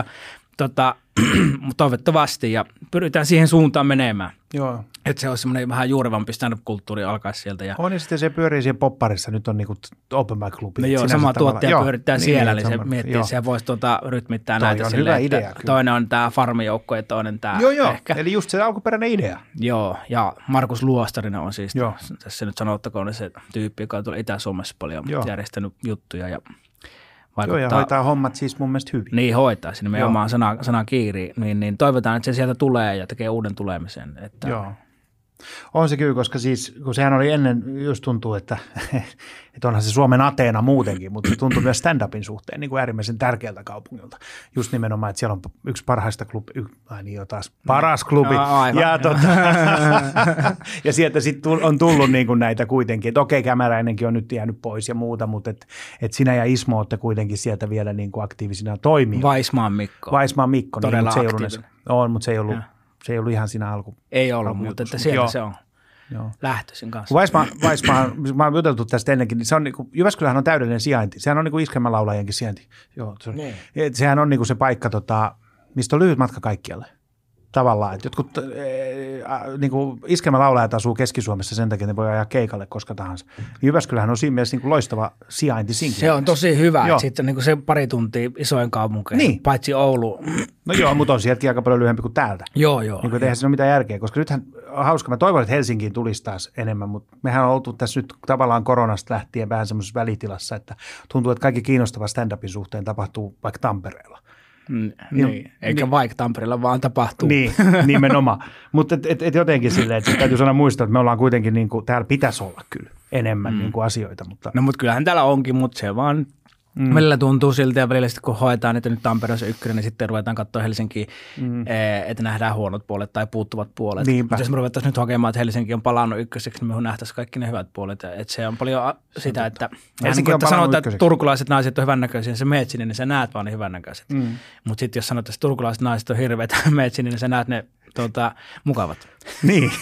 toivottavasti ja pyritään siihen suuntaan menemään. Joo. Että se olisi semmoinen vähän juurevampi stand-up-kulttuuri alkaisi sieltä. Ja on ja sitten se pyörii siellä popparissa, nyt on niinku open mic-klubi. No joo, sama tuottaja pyörittää siellä, eli se miettii, että se voisi rytmittää toi näitä on silleen, hyvä idea, toinen on tämä farmijoukko ja toinen tämä ehkä. Eli just se alkuperäinen idea. Joo, ja Markus Luostarinen on siis, tässä nyt sanottakoon, niin se tyyppi, joka on tuolla Itä-Suomessa paljon järjestänyt juttuja ja vaikuttaa. Joo, ja hoitaa hommat siis mun mielestä hyvin. Niin, hoitaa sinne meidän omaan sanan kiiriin, niin toivotaan, että se sieltä tulee ja tekee uuden tulemisen. Että joo. On se kyllä, koska siis, kun sehän oli ennen, just tuntuu, että onhan se Suomen Ateena muutenkin, mutta se tuntuu myös stand-upin suhteen niin kuin äärimmäisen tärkeältä kaupungilta. Just nimenomaan, että siellä on yksi parhaista paras klubi. Ja sieltä sitten on tullut niin kuin näitä kuitenkin, että okei, Kämäräinenkin on nyt jäänyt pois ja muuta, mutta et sinä ja Ismo olette kuitenkin sieltä vielä niin kuin aktiivisina toimia. Vaismaan Mikko. Todella niin, aktiivinen. Mutta se ei ollut. Se ei ollut ihan siinä alku. Ei ollut, mutta että sieltä se on lähtöisin kanssa. Vaismaa, mä oon juteltu tästä ennenkin, niin se on niinku, Jyväskylähän on täydellinen sijainti. Sehän on niinku iskelmälaulajienkin sijainti. Joo, sehän on niinku se paikka, mistä on lyhyt matka kaikkialle. Tavallaan, että jotkut niinku iskelmälaulajat asuu Keski-Suomessa sen takia, että ne voi ajaa keikalle koska tahansa. Jyväskylähän on siinä mielessä niinku loistava sijainti sinkin. Se on tosi hyvä, että sitten niinku se pari tuntia isojen kaupunkeihin, paitsi Oulu. No joo, mutta on sieltäkin aika paljon lyhyempi kuin täältä. Joo. Niin eihän siinä ole mitään järkeä, koska nythän on hauska. Mä toivon, että Helsinkiin tulisi taas enemmän, mutta mehän on oltu tässä nyt tavallaan koronasta lähtien vähän semmoisessa välitilassa, että tuntuu, että kaikki kiinnostava stand-upin suhteen tapahtuu vaikka Tampereella. Niin, eikä vaikka Tampereella vaan tapahtuu. Niin, nimenomaan. Mutta et jotenkin silleen, että täytyy sanoa muistaa, että me ollaan kuitenkin, niin kuin, täällä pitäisi olla kyllä enemmän niin kuin asioita. Mutta. No mutta kyllähän täällä onkin, mutta se vaan välillä tuntuu siltä ja välillä sitten kun hoetaan, että nyt Tampere on se ykkönen, niin sitten ruvetaan katsoa Helsinkiin, että nähdään huonot puolet tai puuttuvat puolet. Mutta jos me ruvettaisiin nyt hakemaan, että Helsinki on palannut ykköseksi, niin me nähtäisiin kaikki ne hyvät puolet. Että se on paljon sitä, että sanotaan, että turkulaiset naiset on hyvännäköisiä, se meet sinne, niin sä näet vaan ne hyvännäköiset. Mutta sitten jos sanotaan, että turkulaiset naiset on hirveitä, meet sinne, niin sä näet ne mukavat. Niin.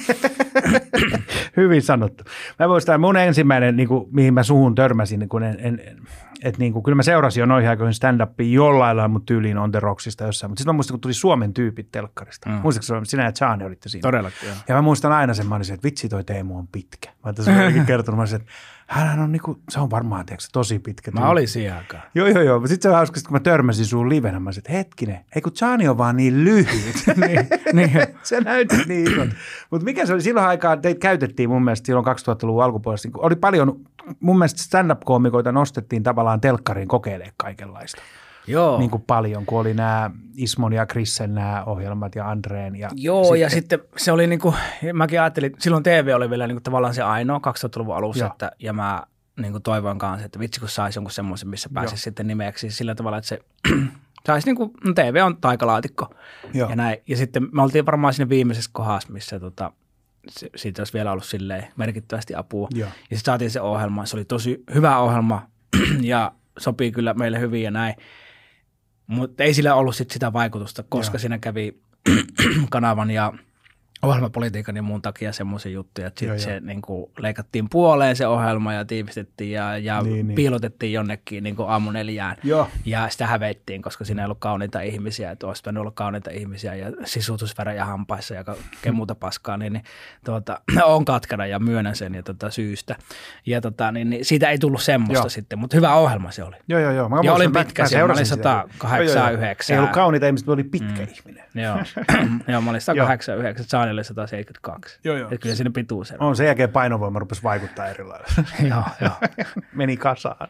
Hyvin sanottu. Mä muistan, mun ensimmäinen, niin kuin, mihin mä suhun törmäsin, niin kun että niin kuin, kyllä mä seurasin jo noihin aikoihin stand-upia jollain lailla mun tyyliin On The Rocksista jossain, mutta sitten mä muistan, kun tuli Suomen tyypit telkkarista. Muistatko, sinä ja Chani olitte siinä? Todellakin, joo. Ja mä muistan aina sen, mä olin se, että vitsi toi Teemu on pitkä. Mä oon tässä jotenkin kertonut, mä olin, että hän on niinku, se on varmaan tosi pitkä. Mä olin siihen aikaan. Joo. Sitten se on hauska, kun mä törmäsin suun livenä, mä olin, että hetkinen, ei kun Chani on vaan niin lyhyt. niin. Se näytti niin isot. Mutta mikä se oli silloin aikaan, teitä käytettiin mun mielestä silloin 2000-luvun alkupuolesta, niin oli paljon, mun mielestä stand-up-koomikoita nostettiin tavallaan telkkariin kokeilemaan kaikenlaista. Joo. Niin kuin paljon, kun oli nämä Ismon ja Krissen nämä ohjelmat ja Andreen. Joo, ja sitten se oli niin kuin, mäkin ajattelin, silloin TV oli vielä niin kuin tavallaan se ainoa 2000-luvun alussa, ja mä niin kuin toivoin kanssa, että vitsi kun saisi jonkun semmoisen, missä pääsisi sitten nimeäksi sillä tavalla, että se saisi niin kuin, no TV on taikalaatikko ja näin. Ja sitten me oltiin varmaan siinä viimeisessä kohdassa, missä siitä olisi vielä ollut silleen merkittävästi apua. Ja sitten saatiin se ohjelma, se oli tosi hyvä ohjelma ja sopii kyllä meille hyvin ja näin. Mutta ei sillä ollut sitä vaikutusta, koska siinä kävi kanavan ja ohjelmapolitiikan ja muun takia semmoisia juttuja, että sitten se niin kuin leikattiin puoleen se ohjelma ja tiivistettiin ja piilotettiin jonnekin niin kuin aamu 4. Ja sitä hävettiin, koska siinä ei ollut kauniita ihmisiä, että olisi pitänyt olla kauniita ihmisiä ja sisutusvärejä hampaissa ja kaikkea muuta paskaa, niin on katkana ja myönnän sen ja syystä. Ja niin siitä ei tullut semmoista sitten, mutta hyvä ohjelma se oli. Joo. Ja olin pitkä siellä, mä olin 189. Ei ollut kauniita ihmisiä, mutta oli pitkä ihminen. Joo, mä olin 189, Saani oli 172. Että kyllä siinä pituus on. Sen jälkeen painovoima rupesi vaikuttaa eri lailla. Joo. Meni kasaan.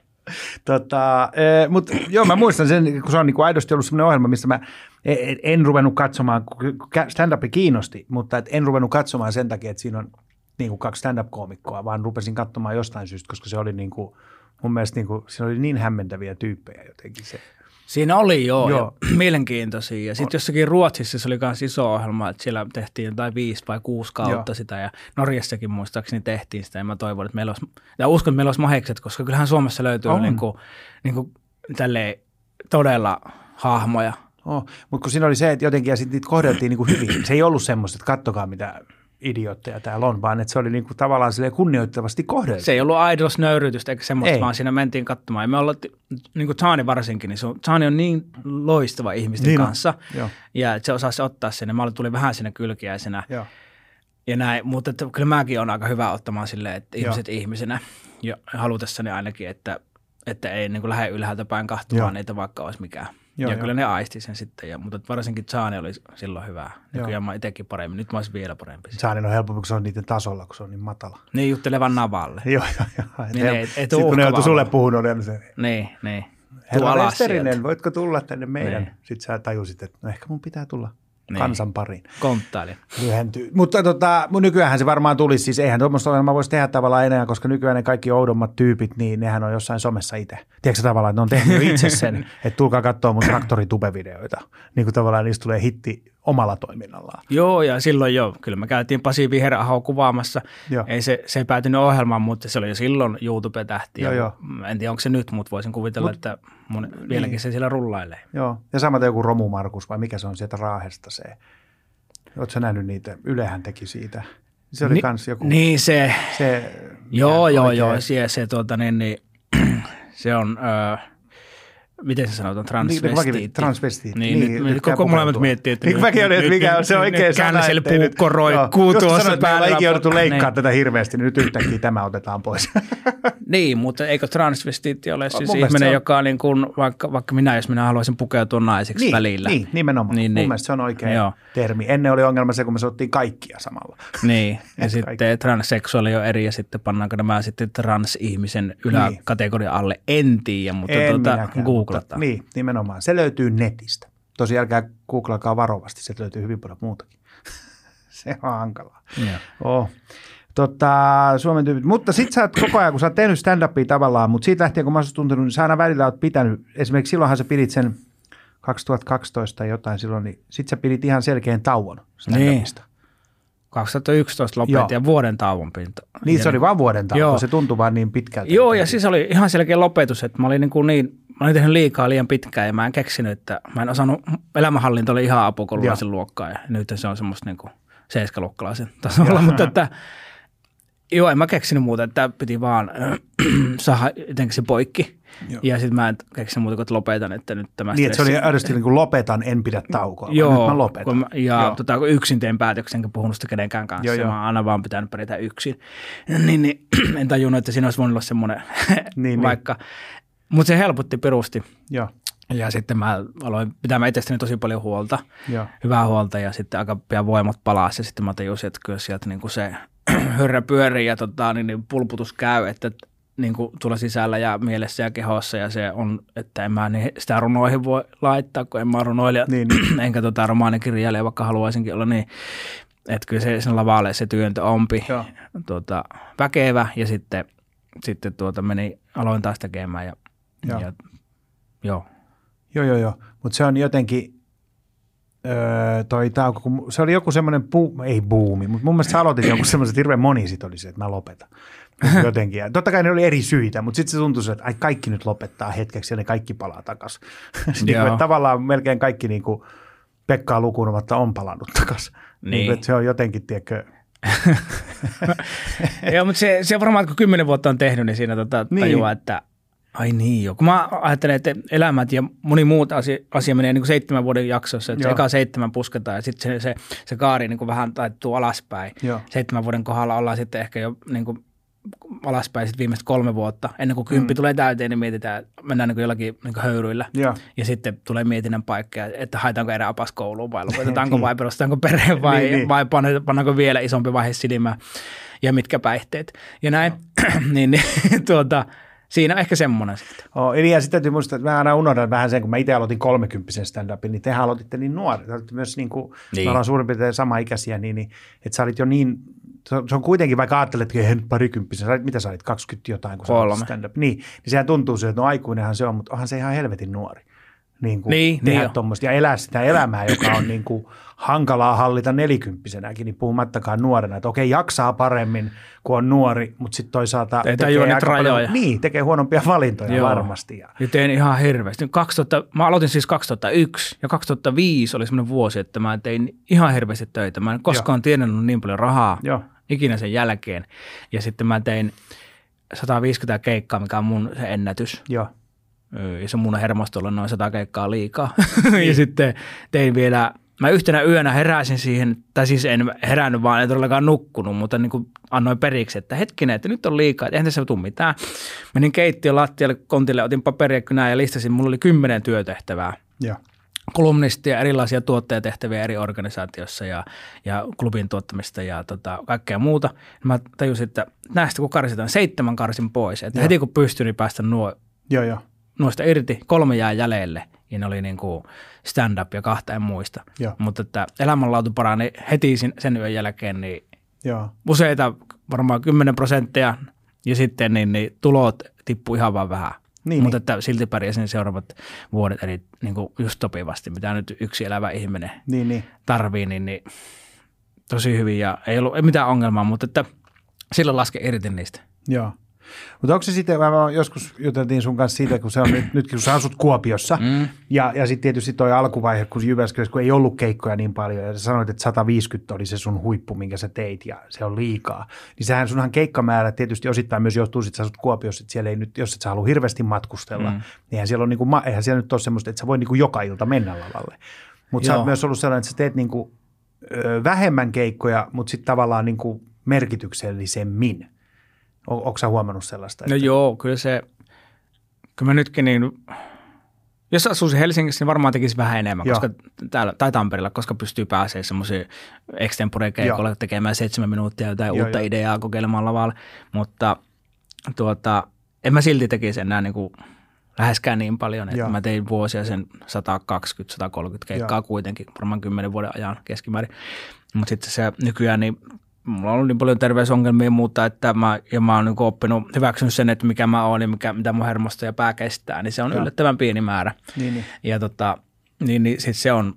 Mutta joo, mä muistan sen, kun se on niin kuin aidosti ollut sellainen ohjelma, missä mä en ruvennut katsomaan, kun stand-up kiinnosti, mutta en ruvennut katsomaan sen takia, että siinä on niin kuin 2 stand-up-koomikkoa, vaan rupesin katsomaan jostain syystä, koska se oli niin kuin, mun mielestä niin kuin, siinä oli niin hämmentäviä tyyppejä jotenkin se. Siinä oli joo. Ja mielenkiintoisia. Ja sitten jossakin Ruotsissa se oli myös iso ohjelma, että siellä tehtiin jotain 5 vai 6 kautta sitä. Ja Norjassakin muistaakseni tehtiin sitä. Ja mä toivon, että meillä olisi, ja uskon, että meillä olisi mahekset, koska kyllähän Suomessa löytyy niin kuin tälleen todella hahmoja. Mutta kun siinä oli se, että jotenkin ja sitten niitä kohdeltiin niin kuin hyvin. Se ei ollut semmoista, että kattokaa mitä idiootteja täällä on, vaan että se oli niinku tavallaan kunnioittavasti kohdeltu. Se ei ollut aidossa nöyrytystä eikä semmoista, vaan siinä mentiin katsomaan. Ja me ollaan, niin kuin Tani varsinkin, niin Tani on niin loistava ihmisten kanssa. Ja se osasi ottaa sen. Ja mä tulin vähän siinä kylkiäisenä. Ja näin, mutta että kyllä mäkin olen aika hyvä ottamaan silleen, että ihmiset ihmisenä ja halutessani ainakin, että ei niin kuin lähde ylhäältä päin kahtumaan niitä, vaikka olisi mikään. Ja kyllä ne aisti sen sitten, mutta varsinkin Tsaani oli silloin hyvä. Nykyään mä itsekin paremmin, nyt mä olisin vielä parempi. Tsaani on helpompi, kun se on niiden tasolla, kun se on niin matala. Niin, juttelevan navalle. Joo. Niin, sitten kun ne joutui sulle puhunut, niin se... Niin. Herra Westerinen, voitko tulla tänne meidän? Niin. Sitten sä tajusit, että no ehkä mun pitää tulla kansan pariin. Konttailin. Lyhentyy. Mutta nykyäänhän se varmaan tulisi, siis eihän tuommoista ohjelmaa voisi tehdä tavallaan enää, koska nykyään ne kaikki oudommat tyypit, niin nehän on jossain somessa itse. Tiedätkö tavallaan, että ne on tehnyt itse sen, että tulkaa katsoa mun traktoritube-videoita. Niin kuin tavallaan niistä tulee hitti omalla toiminnallaan. Joo, ja silloin kyllä me käytiin Pasi Viherahoa kuvaamassa. Ei se ei päätynyt ohjelmaan, mutta se oli jo silloin YouTube-tähti. En tiedä, onko se nyt, mutta voisin kuvitella, että vieläkin se siellä rullailee. Joo, ja samaten joku Romu Markus, vai mikä se on sieltä Raahesta se. Oletko sä nähnyt niitä? Ylehän teki siitä. Se oli kans joku. Niin se joo, se on... miten se sanotaan, transvestiitti. Transvestiitti. Niin, koko molemmat miettii, että mäkin olen, että mikä on se oikein sana. Käännäselle puukko roikkuu tuossa päällä. Just sanoit, että jouduttu leikkaa tätä hirveästi, niin nyt yhtäkkiä tämä otetaan pois. Niin, mutta eikö transvestiitti ole siis ihminen, joka niin kuin, vaikka jos minä haluaisin pukeutua naiseksi välillä. Niin, nimenomaan. Mun mielestä se on oikea termi. Ennen oli ongelma se, kun me sanottiin kaikkia samalla. Niin, ja sitten transseksuaali on eri, ja sitten pannaanko nämä sitten transihmisen yläkategorian alle. En tiedä, mutta googlataan. Niin, nimenomaan. Se löytyy netistä. Tosi älkää googlakaa varovasti, se löytyy hyvin paljon muutakin. Se on hankalaa. Suomen tyypit. Mutta sit sä oot koko ajan, kun sä oot tehnyt stand-upia tavallaan, mutta siitä lähtien, kun mä oon tuntenut, niin sä aina välillä oot pitänyt, esimerkiksi silloinhan sä pidit sen 2012 tai jotain silloin, niin sit sä pidit ihan selkeän tauon stand-upista. Niin. 2011 lopetin ja vuoden tauon pinta. Niin, se oli vaan vuoden tauon, se tuntui vaan niin pitkältä. Joo, ja siis oli ihan selkeä lopetus, että mä olin mä olin tehnyt liian pitkään ja mä en keksinyt, että mä en osannut, elämänhallinta oli ihan apukoululaisen luokkaa ja nyt se on semmoista niin kuin 7-luokkalaisen tasolla, mutta että en mä keksinyt muuta, että piti vaan saada jotenkin se poikki. Ja sitten mä en keksinyt muuta, että lopetan, että nyt tämä niin, stressi. Niin, että se oli aidosti niin kuin lopetan, en pidä taukoa, nyt mä lopetan. Kun yksin teen päätöksen, enkä puhunut sitä kenenkään kanssa, mä oon aina vaan pitänyt pärjätä yksin. Niin, en tajunnut, että siinä olisi voinut olla semmoinen vaikka. Mutta se helpotti perusti. Ja sitten mä aloin pitämään itsestäni tosi paljon huolta, hyvää huolta ja sitten aika pian voimat palasi ja sitten mä tajusin, että kyllä sieltä niinku se hörrä pyörii ja niin pulputus käy, että niinku tulla sisällä ja mielessä ja kehossa ja se on, että en mä sitä runoihin voi laittaa, kun en mä runoilija, enkä romaanikirjailija, vaikka haluaisinkin olla niin, että kyllä se sen lavalle se työntö ompi väkevä ja sitten aloin taas tekemään ja joo. Mutta se on jotenkin, toi tauko, kun se oli joku semmoinen, ei buumi, mutta mun mielestä sä aloitit joku semmoiset hirveän moni sit oli se, että mä lopetan. Jotenkin. Ja totta kai ne oli eri syitä, mutta sitten se tuntui, että kaikki nyt lopettaa hetkeksi ja ne kaikki palaa takaisin. Niin, tavallaan melkein kaikki niin kuin Pekkaa lukuun omatta on palannut takaisin. Niin. Se on jotenkin, tiedätkö. Joo, mutta se varmaan, kun 10 vuotta on tehnyt, niin siinä tajuaa, että ai niin joo. Kun mä ajattelen, että elämät ja moni muut asia menee niin kuin 7 vuoden jaksossa, että se eka 7 pusketaan ja sitten se kaari niin kuin vähän taittuu alaspäin. 7 vuoden kohdalla ollaan sitten ehkä jo niin kuin alaspäin sitten viimeiset 3 vuotta. Ennen kuin 10 tulee täyteen, niin mietitään, mennään niin kuin jollakin niin kuin höyryillä. Ja sitten tulee mietinnän paikka, että haetaanko erää opas kouluun vai lopetetaanko vai perustetaanko perheen vai pannaanko vielä isompi vaihe silmään ja mitkä päihteet. Ja näin, siinä on ehkä semmoinen sitten. Eli ja sitten täytyy muistaa, että mä aina unohdan vähän sen, kun mä itse aloitin 30 stand-upin, niin tehän aloititte niin nuori. Sä olitte myös niin kuin, me ollaan suurin piirtein sama-ikäisiä, niin että sä olit jo niin, se on kuitenkin, vaikka ajattelet, että eihän parikymppisen, mitä sä olit, 20 jotain, kun sä olit stand-up. Niin sehän tuntuu se, että no aikuinenhan se on, mutta onhan se ihan helvetin nuori. tehdä tuommoista ja elää sitä elämää, joka on niin kuin hankalaa hallita 40-vuotiaanakin, niin puhumattakaan nuorena. Että okei, jaksaa paremmin, kun on nuori, mutta sitten toisaalta tekee huonompia valintoja varmasti. Ja teen ihan hirveästi. Mä aloitin siis 2001 ja 2005 oli semmoinen vuosi, että mä tein ihan hirveästi töitä. Mä en koskaan tienannut niin paljon rahaa ikinä sen jälkeen. Ja sitten mä tein 150 keikkaa, mikä on mun se ennätys. Joo. Ja se mun hermostolla noin 100 keikkaa liikaa. Ja sitten tein vielä, mä yhtenä yönä heräsin siihen, tai siis en herännyt vaan, en todellakaan nukkunut, mutta niin kuin annoin periksi, että hetkinen, että nyt on liikaa, että eihän tässä tule mitään. Menin keittiön lattialle kontille, otin paperia kynää ja listasin, mulla oli 10 työtehtävää. Joo. Kolumnistia, erilaisia tuottajatehtäviä eri organisaatioissa ja klubin tuottamista ja kaikkea muuta. Mä tajusin, että näistä kun karsitaan 7 karsin pois, että heti kun pystyn, niin päästä noista irti, 3 jää jäljelle. Ja ne oli niin kuin stand-up ja 2 en muista. Mutta että elämänlaatu parani heti sen yön jälkeen, niin useita, varmaan 10% ja sitten niin tulot tippui ihan vaan vähän. Mutta että silti pärjäsin seuraavat vuodet eli niin kuin just sopivasti, mitä nyt yksi elävä ihminen tarvii, niin tosi hyvin ja ei ollut mitään ongelmaa, mutta että silloin laske irti niistä. Joo. Mutta onko se sitten, joskus juteltiin sun kanssa siitä, kun se on nytkin, kun sä asut Kuopiossa ja sitten tietysti toi alkuvaihe, kun Jyväskylässä, kun ei ollut keikkoja niin paljon ja sä sanoit, että 150 oli se sun huippu, minkä sä teit ja se on liikaa, niin sunhan keikkamäärä tietysti osittain myös johtuu, että sä asut Kuopiossa, että siellä ei nyt, jos et sä halua hirveästi matkustella, niin eihän siellä nyt ole semmoista, että sä voi niinku joka ilta mennä lavalle. Mutta sä oot myös ollut sellainen, että sä teet niinku vähemmän keikkoja, mutta sitten tavallaan niinku merkityksellisemmin. Onko sä huomannut sellaista? Että... No joo, kyllä mä nytkin niin, jos asuisin Helsingissä, niin varmaan tekisi vähän enemmän, koska täällä, tai Tampereella, koska pystyy pääsemään semmoisiin extempore-keikolle tekemään 7 minuuttia jotain uutta ideaa kokeilemaan lavalle, mutta en mä silti tekisi enää niin kuin läheskään niin paljon, että mä tein vuosia sen 120-130 keikkaa kuitenkin, varmaan 10 vuoden ajan keskimäärin, mutta sitten se nykyään niin mulla on ollut niin paljon terveysongelmia ja muuta, että mä oon niin oppinut, hyväksynyt sen, että mikä mä oon ja mitä mun hermosto ja pää kestää, niin se on yllättävän pieni määrä. Ja sit se on,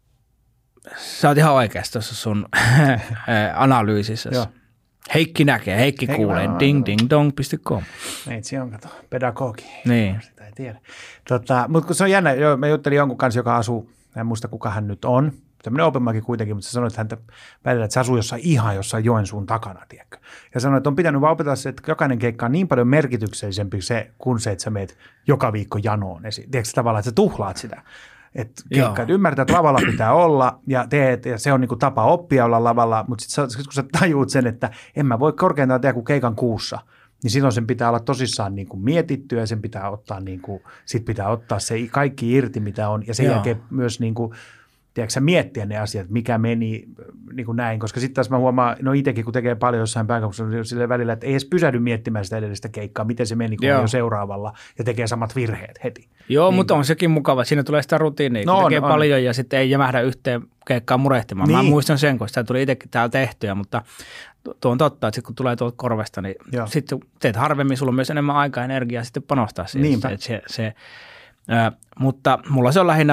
sä oot ihan oikeassa tuossa sun analyysissä. Heikki näkee, Heikki kuulee, dingdingdong.com. Meitsi on, kato, pedagogi. Niin. Sitä ei tiedä. Mutta kun se on jännä, mä juttelin jonkun kanssa, joka asuu, en muista kuka hän nyt on, tämmöinen openmäki kuitenkin, mutta sä sanoit häntä välillä, että se asuu jossain Joensuun takana, tiedätkö? Ja sanoit, että on pitänyt vaan opetella se, että jokainen keikka on niin paljon merkityksellisempi kuin se, että sä meet joka viikko janoon. Tiedätkö tavallaan, että sä tuhlaat sitä. Että keikka, että ymmärtää, että lavalla pitää olla ja teet, ja se on niin kuin tapa oppia olla lavalla, mutta sitten kun sä tajuut sen, että en mä voi korkeintaan tehdä kuin keikan kuussa, niin silloin sen pitää olla tosissaan niin kuin mietitty ja sen pitää ottaa, niin kuin, sit pitää ottaa se kaikki irti, mitä on, ja sen jälkeen myös niin kuin, tiedätkö sä miettiä ne asiat, mikä meni niin kuin näin, koska sitten taas mä huomaan, no itsekin kun tekee paljon jossain pääkaupunkissa sille välillä, että ei edes pysähdy miettimään sitä edellistä keikkaa, miten se meni, kun on jo seuraavalla ja tekee samat virheet heti. Joo, niin, mutta on sekin mukava, siinä tulee sitä rutiinia, kun tekee paljon ja sitten ei jämähdä yhteen keikkaan murehtimaan. Niin. Mä muistan sen, kun sitä tuli itsekin täällä tehtyä, mutta tuo on totta, että kun tulee tuolta korvesta, niin sitten teet harvemmin, sulla on myös enemmän aikaa ja energiaa sitten panostaa siihen. Mutta mulla se on lähinnä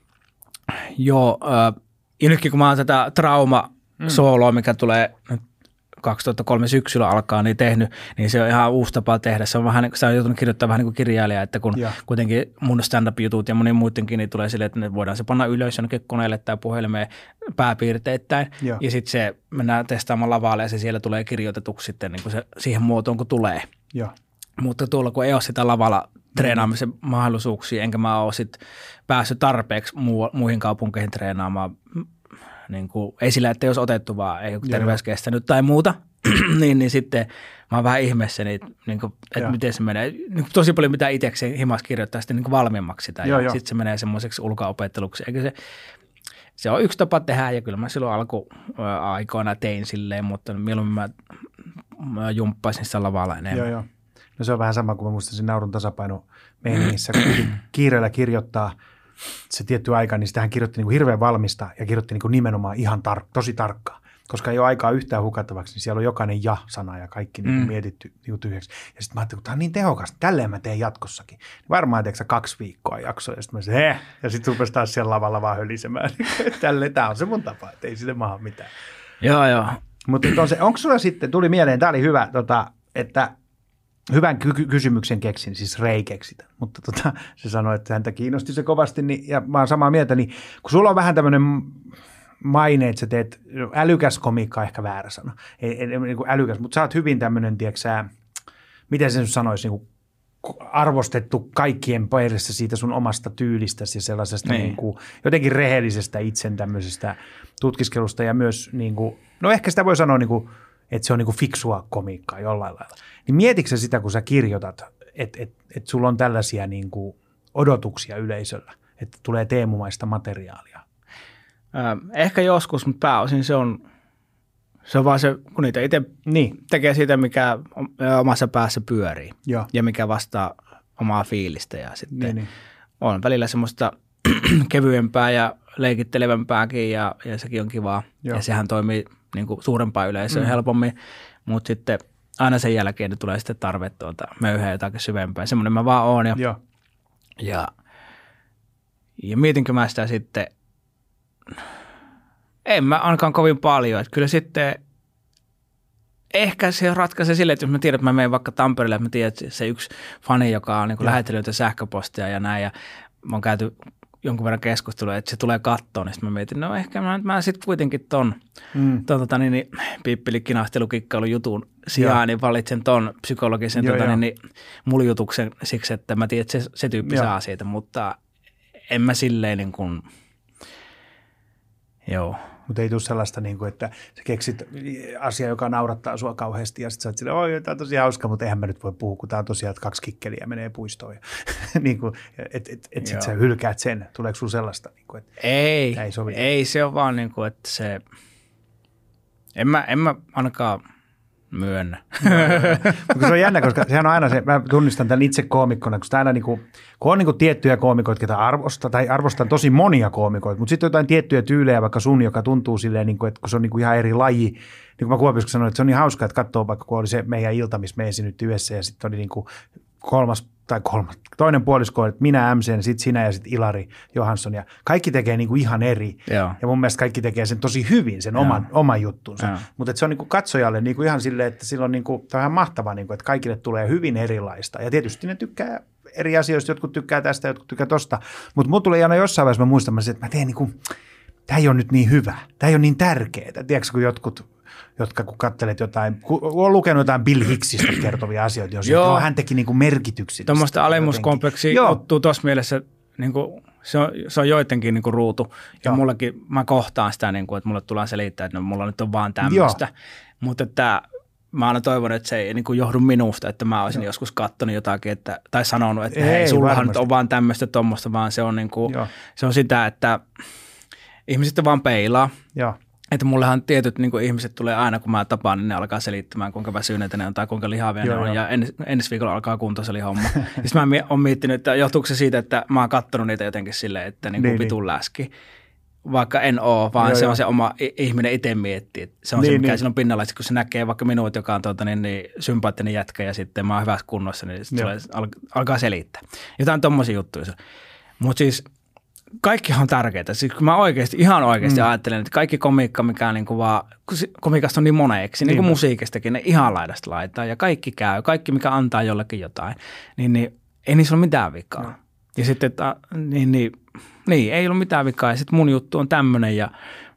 ja nytkin kun mä oon tätä trauma-sooloa, mikä tulee 2003 syksyllä alkaa, niin tehnyt, niin se on ihan uusi tapa tehdä. Se on vähän, sitä on joutunut kirjoittamaan vähän niin kuin kirjailija, että kun kuitenkin mun stand-up-jutut ja monin muidenkin, niin tulee silleen, että ne voidaan se panna ylös jonnekin koneelle tai puhelimeen pääpiirteittäin. Ja sitten se mennään testaamaan lavalle ja se siellä tulee kirjoitetuksi sitten niin kuin se, siihen muotoon, kun tulee. Mutta tuolla kun ei ole sitä lavalla treenaamisen mahdollisuuksia, enkä mä ole sit päässyt tarpeeksi muihin kaupunkeihin treenaamaan, niin kuin, ei sillä, että jos otettu vaan, ei ole terveys kestänyt tai muuta, niin sitten mä oon vähän ihmeessä, niin kuin, että miten se menee. Niin tosi paljon mitä itsekseen himas kirjoittaa sitten niin kuin valmiimmaksi sitä, ja sitten se menee semmoiseksi ulkoopetteluksi. Eikö se on yksi tapa tehdä, ja kyllä mä silloin alkuaikoina tein silleen, mutta mieluummin mä jumppaisin sitä lavalla enemmän. Joo. No se on vähän sama kuin mä muistan naurun tasapaino meiningissä, kun kiireellä kirjoittaa se tietty aika, niin sitähän kirjoitti niin kuin hirveän valmista ja kirjoitti niin kuin nimenomaan ihan tosi tarkkaan. koska ei ole aikaa yhtään hukattavaksi, niin siellä on jokainen ja-sana ja kaikki niin mietitty niin tyhjäksi. Ja sitten mä ajattelin, kun tämä on niin tehokas, tälleen mä teen jatkossakin. Varmaan teetkö 2 viikkoa jaksoa, ja sitten mä sanoin, ja sitten rupesi taas siellä lavalla vaan hölisemään. Tälleen, tämä on se mun tapa, että ei sille maha mitään. Joo. Mutta onko sulla sitten, tuli mieleen, tämä oli hyvä, että hyvän kysymyksen keksin, siis Rei keksitä, mutta se sanoi, että häntä kiinnosti se kovasti, niin, ja mä oon samaa mieltä, niin kun sulla on vähän tämmöinen maine, että sä teet älykäs komiikka, ehkä väärä sana, ei niin kuin älykäs, mutta sä oot hyvin tämmöinen, tiedätkö miten se nyt sanoisi, niin kuin arvostettu kaikkien pairissa siitä sun omasta tyylistäsi ja sellaisesta niin kuin, jotenkin rehellisestä itsen tämmöisestä tutkiskelusta ja myös, niin kuin, no ehkä sitä voi sanoa, niin kuin, että se on niin kuin fiksua komiikkaa jollain lailla. Niin mietitkö sä sitä, kun sä kirjoitat, että sulla on tällaisia niin kuin odotuksia yleisöllä, että tulee teemumaista materiaalia? Ehkä joskus, mutta pääosin se on vaan se, kun niitä itse tekee siitä, mikä omassa päässä pyörii ja mikä vastaa omaa fiilistä. Ja sitten on välillä semmoista kevyempää ja leikittelevämpääkin ja sekin on kivaa. Ja sehän toimii niin kuin suurempaan yleisöön helpommin, mutta sitten aina sen jälkeen ne tulee sitten tarve möyhää jotakin syvempää. Semmoinen mä vaan oon. Ja mietinkö mä sitä sitten, en mä ainakaan kovin paljon. Että kyllä sitten ehkä se ratkaisee silleen, että jos mä tiedän, että mä menen vaikka Tampereelle, että mä tiedän, että se yksi fani, joka on niin lähetellyt sähköpostia ja näin, ja mä oon käyty jonkun verran keskustelua, että se tulee kattoon, niin sitten mä mietin, no ehkä mä sitten kuitenkin ton pippilikkinastelukikkailu jutun sijaan, niin valitsen ton psykologisen muljutuksen siksi, että mä tiedän, että se tyyppi saa siitä, mutta en mä silleen niin kuin, Mutta ei tule sellaista, niin kuin, että sä keksit asiaa, joka naurattaa sua kauheasti ja sitten sä oot silleen, oi, tämä on tosi hauska, mutta eihän mä nyt voi puhua, kun tämä on tosiaan, että 2 kikkeliä menee puistoon. Niin että sitten sä hylkäät sen. Tuleeko sulla sellaista? Niin kuin, että ei se on vaan niin kuin, että se, en mä ainakaan myönnä. Mutta se on jännä, koska sehän on aina se, mä tunnistan tämän itse koomikkona, kun aina niin kuin, kun on niin kuin tiettyjä koomikoita, ketä arvostan tosi monia koomikoita, mutta sitten jotain tiettyjä tyylejä, vaikka sun, joka tuntuu silleen, niin kuin, että kun se on niin kuin ihan eri laji, niin kuin mä Kuopiossa sanoin, että se on niin hauskaa, että katsoo vaikka, kun oli se meidän ilta, missä me esiinnyttiin yhdessä ja sitten oli niin kuin toinen puolisko, että minä MC, sitten sinä ja sitten Ilari Johansson ja kaikki tekee niin kuin ihan eri. Ja mun mielestä kaikki tekee sen tosi hyvin, sen oman juttunsa. Mutta se on niin kuin katsojalle niin kuin ihan silleen, että sillä on niin kuin, tämä on ihan mahtavaa, niin kuin, että kaikille tulee hyvin erilaista. Ja tietysti ne tykkää eri asioista, jotkut tykkää tästä, jotkut tykkää tosta. Mutta mulla tulee aina jossain vaiheessa, mä muistan, että mä teen niin kuin, tämä ei ole nyt niin hyvä, tämä ei ole niin tärkeää. Tiedätkö, kun jotka kun katselet jotain, kun on lukenut jotain Bill Hicksistä kertovia asioita, jos hän teki niin kuin merkityksistä. Tuommoista alemmuuskompleksia ottuu tuossa mielessä, niin kuin, se on joidenkin niin kuin ruutu. Ja mullakin, mä kohtaan sitä, niin kuin, että mulle tullaan selittää, että no, mulla nyt on vaan tämmöistä. Mutta että mä aina toivon, että se ei niin kuin johdu minusta, että mä olisin joskus katsonut jotakin, tai sanonut, että hei, sullahan nyt on vaan tämmöistä tuommoista, vaan se on, niin kuin, se on sitä, että ihmiset vaan peilaa. Että mullehan tietyt niin kuin ihmiset tulee aina, kun mä tapaan, niin ne alkaa selittämään, kuinka väsyneitä ne on tai kuinka lihavia ne on. Ja ensi viikolla alkaa kuntosali-homma. Sitten mä oon miettinyt, että johtuuko se siitä, että mä oon kattonut niitä jotenkin silleen, että niin kuin vitun läski. Vaikka en oo, vaan se on se oma ihminen itse miettii. Se on se, mikä siinä on pinnalla. Kun se näkee vaikka minut, joka on niin sympaattinen jätkä ja sitten mä oon hyvässä kunnossa, niin sitten alkaa selittää. Jotain tommosia juttuja. Mutta siis kaikkihan on tärkeää. Siis kun mä ihan oikeasti ajattelen, että kaikki komiikka, mikä niin kuin vaan, komiikasta on niin moneeksi, niin kuin musiikistakin, ne ihan laidasta laitaa ja kaikki käy, kaikki mikä antaa jollekin jotain, niin ei niissä ole mitään vikaa. Ja sitten, niin, ei ole mitään vikaa ja sitten mun juttu on tämmöinen ja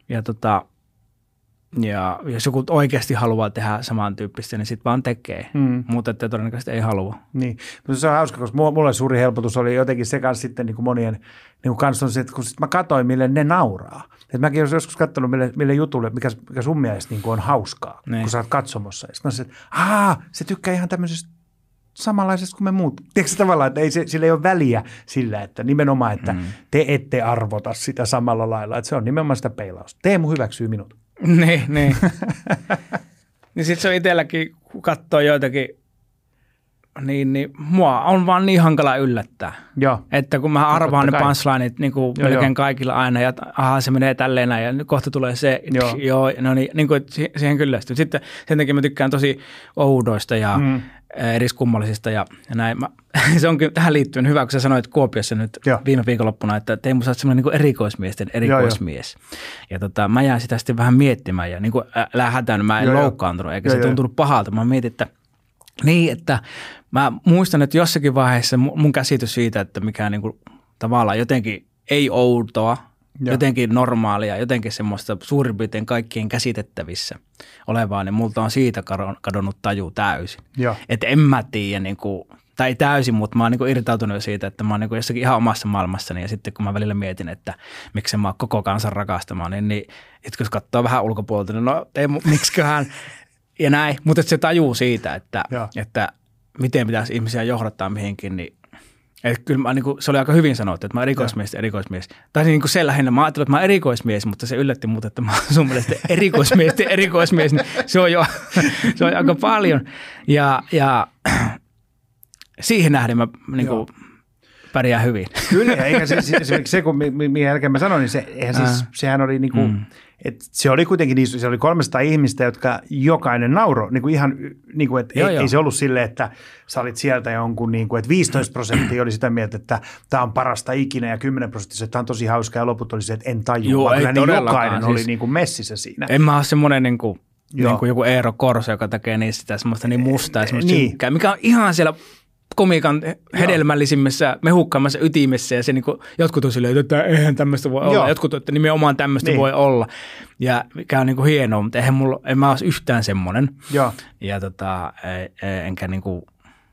jos joku oikeasti haluaa tehdä samantyyppistä, niin sitten vaan tekee, mutta että todennäköisesti ei halua. Niin, mutta se on hauska, koska mulle suuri helpotus oli jotenkin se kanssa sitten niin kuin monien niin kuin kanssa on se, että kun mä katsoin, mille ne nauraa. Että mäkin olen joskus katsonut, mille jutulle, mikä sun mielestä niin kuin on hauskaa, kun sä oot katsomossa. Ja sitten mä sanoin, että se tykkää ihan tämmöisestä samanlaisesta kuin me muut. Tiedätkö tavallaan, että sillä ei ole väliä sillä, että nimenomaan, että te ette arvota sitä samalla lailla. Että se on nimenomaan sitä peilausta. Teemu hyväksyy minut. Niin. Niin sitten se on itselläkin, kun katsoo joitakin niin mua on vaan niin hankala yllättää. Joo. Että kun mä arvaan ne punchlineit niin kuin melkein kaikilla aina, ja se menee tälleen näin, ja kohta tulee se, joo no niin kuin siihen kyllästyy. Sitten sen takia mä tykkään tosi oudoista ja eriskummallisista ja näin. Se onkin tähän liittyen hyvä, kun sä sanoit Kuopiossa nyt viime viikonloppuna, että Teemu, sä oot semmoinen niin erikoismiesten erikoismies. Ja mä jään sitä sitten vähän miettimään, ja niin kuin älä hätään, mä en loukkaantunut, eikä se tuntunut pahalta. Mä mietin, että mä muistan, että jossakin vaiheessa mun käsitys siitä, että mikä niin kuin tavallaan jotenkin ei outoa, jotenkin normaalia, jotenkin semmoista suurin piirtein kaikkien käsitettävissä olevaa, niin multa on siitä kadonnut taju täysin. Että en mä tiedä, niin kuin, tai täysin, mutta mä oon niin irtautunut siitä, että mä oon niin jossakin ihan omassa maailmassani, ja sitten kun mä välillä mietin, että miksi mä oon koko kansan rakastamaan, niin jos katsoo vähän ulkopuolelta, niin no Teemu, miksiköhän ja näin, mutta se tajuu siitä, että miten pitäisi ihmisiä johdattaa mihinkin, niin että kyllä mä, niin kuin, se oli aika hyvin sanottu, että mä oon erikoismies. Tai niin kuin se lähinnä, mä ajattelin, että mä oon erikoismies, mutta se yllätti mut, että mä oon sun mielestä erikoismies, niin se on aika paljon. Ja siihen nähden mä niin kuin, pärjään hyvin. Kyllä, eikä se kun minkä jälkeen mä sanoin, niin sehän oli niin kuin, että se oli kuitenkin, se oli 300 ihmistä, jotka jokainen nauroi, niin kuin ihan, niin kuin, että ei se ollut silleen, että sä olit sieltä jonkun, niin kuin, että 15% oli sitä mieltä, että tämä on parasta ikinä, ja 10%, että tämä on tosi hauskaa, ja loput oli se, että en tajua, vaan kyllä niin jokainen oli niin kuin messissä siinä. En mä ole semmoinen niin kuin joku Eero Korso, joka tekee niistä sitä semmoista niin mustaa ja semmoista synkkää, mikä on ihan siellä komiikan hedelmällisimmässä, mehukkaammassa ytimessä, ja se niin kuin, jotkut on silleen, että eihän tämmöistä voi olla, jotkut on, että nimenomaan tämmöistä voi olla, ja mikä on niin kuin hienoa, mutta en mä olisi yhtään semmoinen, ja enkä niin kuin,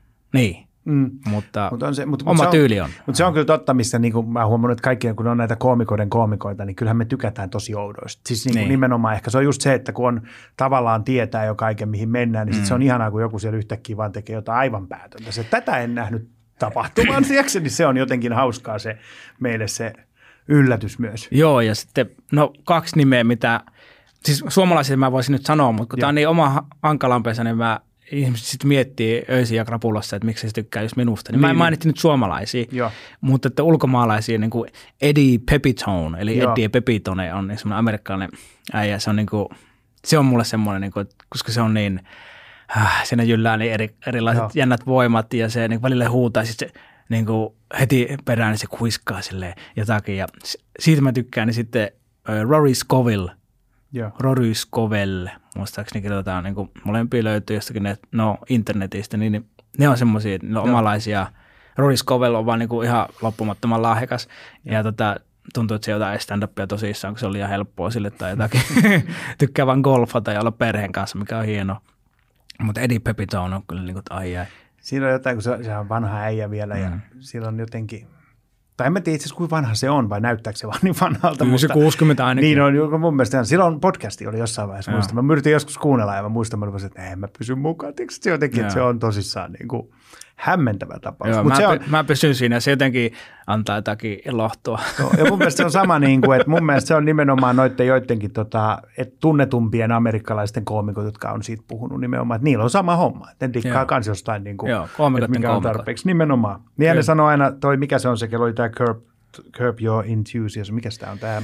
mutta oma tyyli on. Mutta se on kyllä totta, missä niin kuin mä oon huomannut, että kaikki, kun on näitä koomikoita, niin kyllähän me tykätään tosi oudoista. Siis niin kuin nimenomaan ehkä se on just se, että kun on tavallaan tietää jo kaiken, mihin mennään, niin sit se on ihanaa, kun joku siellä yhtäkkiä vaan tekee jotain aivan päätöntä. Se, tätä en nähnyt tapahtumaan sieksi, niin se on jotenkin hauskaa se meille se yllätys myös. Joo, ja sitten 2 nimeä, mitä, siis suomalaisille mä voisin nyt sanoa, mutta kun tämä on niin oma hankalampeensa, niin ihmiset sitten miettii öisin ja krapulassa, että miksi se tykkää just minusta. Niin mä en mainitsi nyt suomalaisia, mutta että ulkomaalaisia, niin kuin Eddie Pepitone, eli Eddie Pepitone on niin semmoinen amerikkalainen äijä. Se on, niin kuin, se on mulle semmoinen, niin kuin, koska se on niin, siinä jyllää niin erilaiset jännät voimat, ja se niin välillä huutaa, sitten se niin kuin heti perään niin se kuiskaa silleen jotakin. Ja siitä mä tykkään, niin sitten Rory Scovel, Rory Scovel, muistaakseni kirjoitetaan, niin kuin molempia löytyy jostakin internetistä, niin ne on semmoisia, ne on omalaisia. Rory Scovel on vaan niin kuin ihan loppumattoman lahjakas, ja tuntuu, että se jotain stand-upia tosissaan, kun se oli ihan helppoa sille tai jotakin. Tykkää vaan golfata ja olla perheen kanssa, mikä on hienoa. Mutta Eddie Pepitone on kyllä niin kuin, ai. Siinä on jotain, kun se on vanha äijä vielä, ja sillä on jotenkin, tai en mä tiedä itse asiassa, kuinka vanha se on, vai näyttääkö se vaan niin vanhalta. Kyllä se 60 ainakin. Niin on, mun mielestä. Silloin podcasti oli jossain vaiheessa, muistan. Mä yritin joskus kuunnella, ja mä muistan, että en mä pysy mukaan. Tiedätkö se jotenkin, että se on tosissaan niin kuin hämmentävä tapaus. Joo, mä pysyn siinä, se jotenkin antaa jotakin lohtua. Ja mun mielestä se on sama, niin kuin, että mun mielestä se on nimenomaan noiden joidenkin tunnetumpien amerikkalaisten koomikot, jotka on siitä puhunut nimenomaan, että niillä on sama homma. Että ne dikkaa kans jostain, niin kuin, mikä on tarpeeksi. Nimenomaan. Niin ne sanoo aina, mikä se on se, kello oli tämä Curb Your Enthusiasm, mikä sitä on tämä,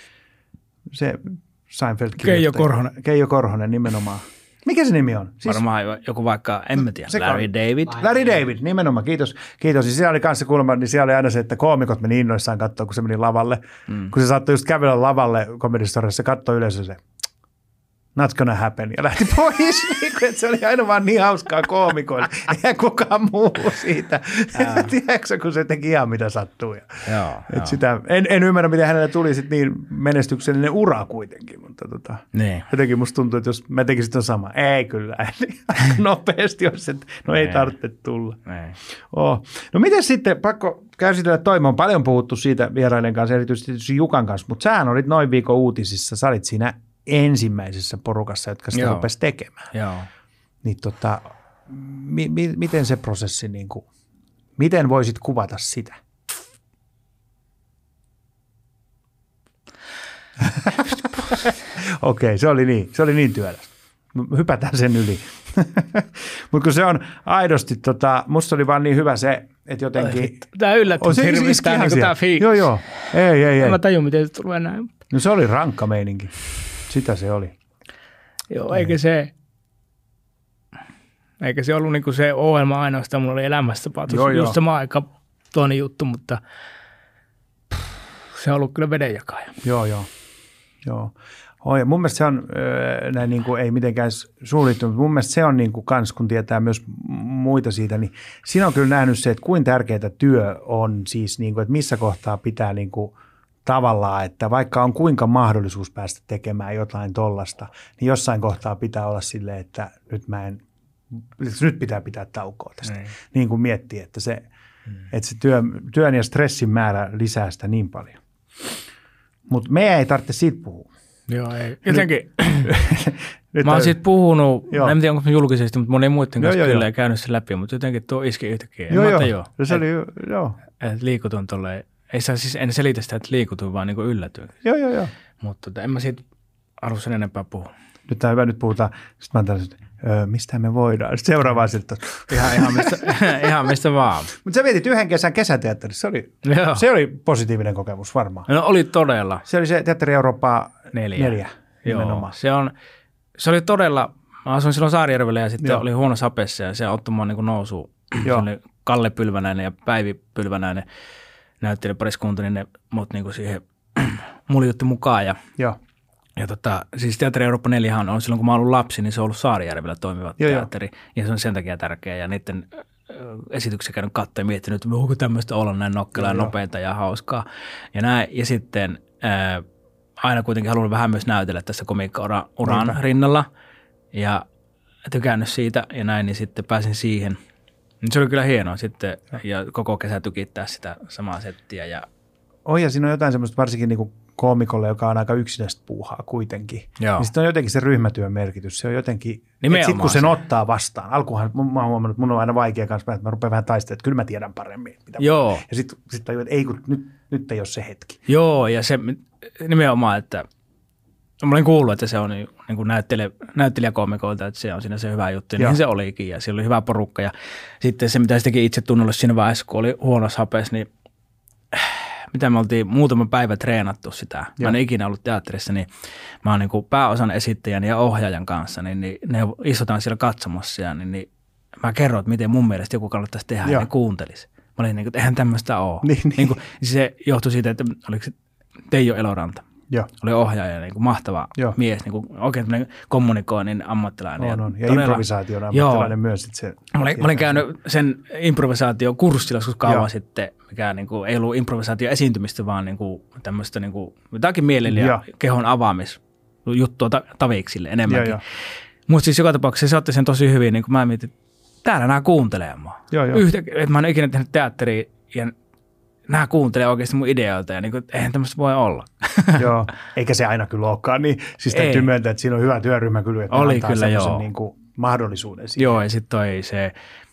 se Seinfeld kirjoittaja. Keijo Korhonen nimenomaan. Mikä se nimi on? Siis, varmaan joku vaikka, en mä tiedä, Larry David. Larry David, nimenomaan, kiitos. Ja siellä oli kanssa kuulemma, niin siellä oli aina se, että koomikot meni innoissaan katsoa, kun se meni lavalle. Kun se saattoi just kävellä lavalle Comedy Storessa, se katsoi yleensä se, not gonna happen, ja lähti pois. Että se oli aina vaan niin hauskaa koomikoille. Eihän kukaan muu siitä. Tiedätkö, kun se teki ihan mitä sattuu. Sitä, en ymmärrä, miten hänelle tuli sit niin menestyksellinen ura kuitenkin. Mutta jotenkin musta tuntuu, että jos mä tekisin ton sama. Ei kyllä. Nopeasti, jos et, ei tarvitse tulla. No miten sitten, pakko käsitellä toi. Mä oon paljon puhuttu siitä vieraiden kanssa, erityisesti Jukan kanssa, mutta sähän olit noin viikon uutisissa. Sä olit siinä ensimmäisessä porukassa, jotka sitä rupesi tekemään. Niin miten se prosessi, niin kuin, miten voisit kuvata sitä? Okei, se oli niin työläs. Hypätään sen yli. Mutta kun se on aidosti, musta oli vaan niin hyvä se, että jotenkin... Tämä yllätys hirvittää niin kuin tämä fiilis. Joo. Ei. Mä tajun, miten se tulee näin. No se oli rankka meininki. Sitä se oli. Joo, eikä se ollut niin kuin se ohjelma ainoastaan, mulla oli elämässä just sama aika toinen juttu, mutta se on ollut kyllä vedenjakaja. Joo. Mun mielestä se on, näin niin kuin ei mitenkään suunnittu, mutta mun mielestä se on niin kuin kans, kun tietää myös muita siitä, niin siinä on kyllä nähnyt se, että kuinka tärkeää työ on siis, niin kuin, että missä kohtaa pitää niin kuin tavallaan, että vaikka on kuinka mahdollisuus päästä tekemään jotain tollasta, niin jossain kohtaa pitää olla silleen, että nyt pitää pitää taukoa tästä. Niin kuin miettii, että se työn ja stressin määrä lisää sitä niin paljon. Mutta meidän ei tarvitse siitä puhua. Joo, ei. Jotenkin, mä oon siitä puhunut, en tiedä onko mä julkisesti, mutta monien muiden kanssa kyllä ei käynyt sen läpi, mutta jotenkin tuo iski yhtäkkiä. Joo. Että liikutun tolleen, en selitä sitä, että liikutun, vaan niin yllätyin. Joo. Mutta en mä siitä halua sen enempää puhua. Nyt on hyvä, nyt puhutaan. Sitten mä tällaiset, mistä me voidaan. Sitten seuraavaa siltä. Ihan mistä vaan. Mutta sä vietit yhden kesän kesäteatterissa. Se oli positiivinen kokemus varmaan. No oli todella. Se oli se Teatteri Eurooppa 4. Joo, se oli todella, mä asuin silloin Saarijärvellä ja sitten oli huono sapessa ja se otti mua niin nousuun. Se oli Kalle Pylvänäinen ja Päivi Pylvänäinen näytteli pariskunta, niin ne mut niin siihen muljutti mukaan ja siis Teatteri Eurooppa 4 on silloin, kun mä oon ollut lapsi, niin se on ollut Saarijärvellä toimiva teatteri. Ja se on sen takia tärkeä. Ja niiden esityksiä käynyt katsoa ja miettinyt, että voiko tämmöistä olla näin nokkelaa, nopeata ja hauskaa. Ja näin. Ja sitten aina kuitenkin halunnut vähän myös näytellä tässä komiikka-uran rinnalla. Ja tykännyt siitä ja näin, niin sitten pääsin siihen. Se oli kyllä hienoa sitten ja koko kesä tykittää sitä samaa settiä. Ja siinä on jotain semmoista varsinkin niinku koomikolle, joka on aika yksinäistä puuhaa kuitenkin. Niin sitten on jotenkin se ryhmätyön merkitys. Se on jotenkin, sitten kun sen ottaa vastaan. Alkuunhan mä oon huomannut, että mun on aina vaikea kanssa, että mä rupean vähän taistelemaan, että kyllä mä tiedän paremmin. Ja sitten tajuu, että ei, kun nyt ei ole se hetki. Joo, ja se nimenomaan, että mä olin kuullut, että se on niin kuin näyttelijäkoomikoilta, että se on siinä se hyvä juttu. Niin se olikin, ja siellä oli hyvä porukka. Ja sitten se, mitä se teki itse tunnolla siinä vaiheessa, kun oli huonossa hapessa, niin mitä me oltiin muutama päivä treenattu sitä. Mä en ikinä ollut teatterissa, niin mä oon niin kuin pääosan esittäjän ja ohjaajan kanssa, niin ne istutaan siellä katsomassa, niin mä kerron, että miten mun mielestä joku kannattaisi tehdä, ja ne kuuntelisi. Mä olin niin kuin, että eihän tämmöistä ole. Niin kuin, se johtui siitä, että oliko se Teijo Eloranta. Oli ohjaaja, niin kuin mahtava mies, niin kuin oikein kommunikoinnin ammattilainen. On. Ja improvisaation ammattilainen myös. Mä olin käynyt sen improvisaatiokurssilla joskus kauan sitten, mikä niin kuin, ei ollut improvisaatioesiintymistä, vaan niin kuin, tämmöistä niin kuin, jotakin mielellä ja kehon avaamisjuttua taviksille enemmänkin. Mutta siis joka tapauksessa se otti sen tosi hyvin, niin kuin mä mietin, täällä nämä kuuntelee mua. Että mä en ikinä tehnyt teatteria ja nämä kuuntelee oikeasti mun ideoita ja niin kuin, eihän tämmöistä voi olla. Joo, eikä se aina kyllä olekaan. Niin, siis täytyy myöntää, että siinä on hyvä työryhmä kyllä, että oli antaa semmoisen niin kuin mahdollisuuden siihen. Joo, ja sitten toi se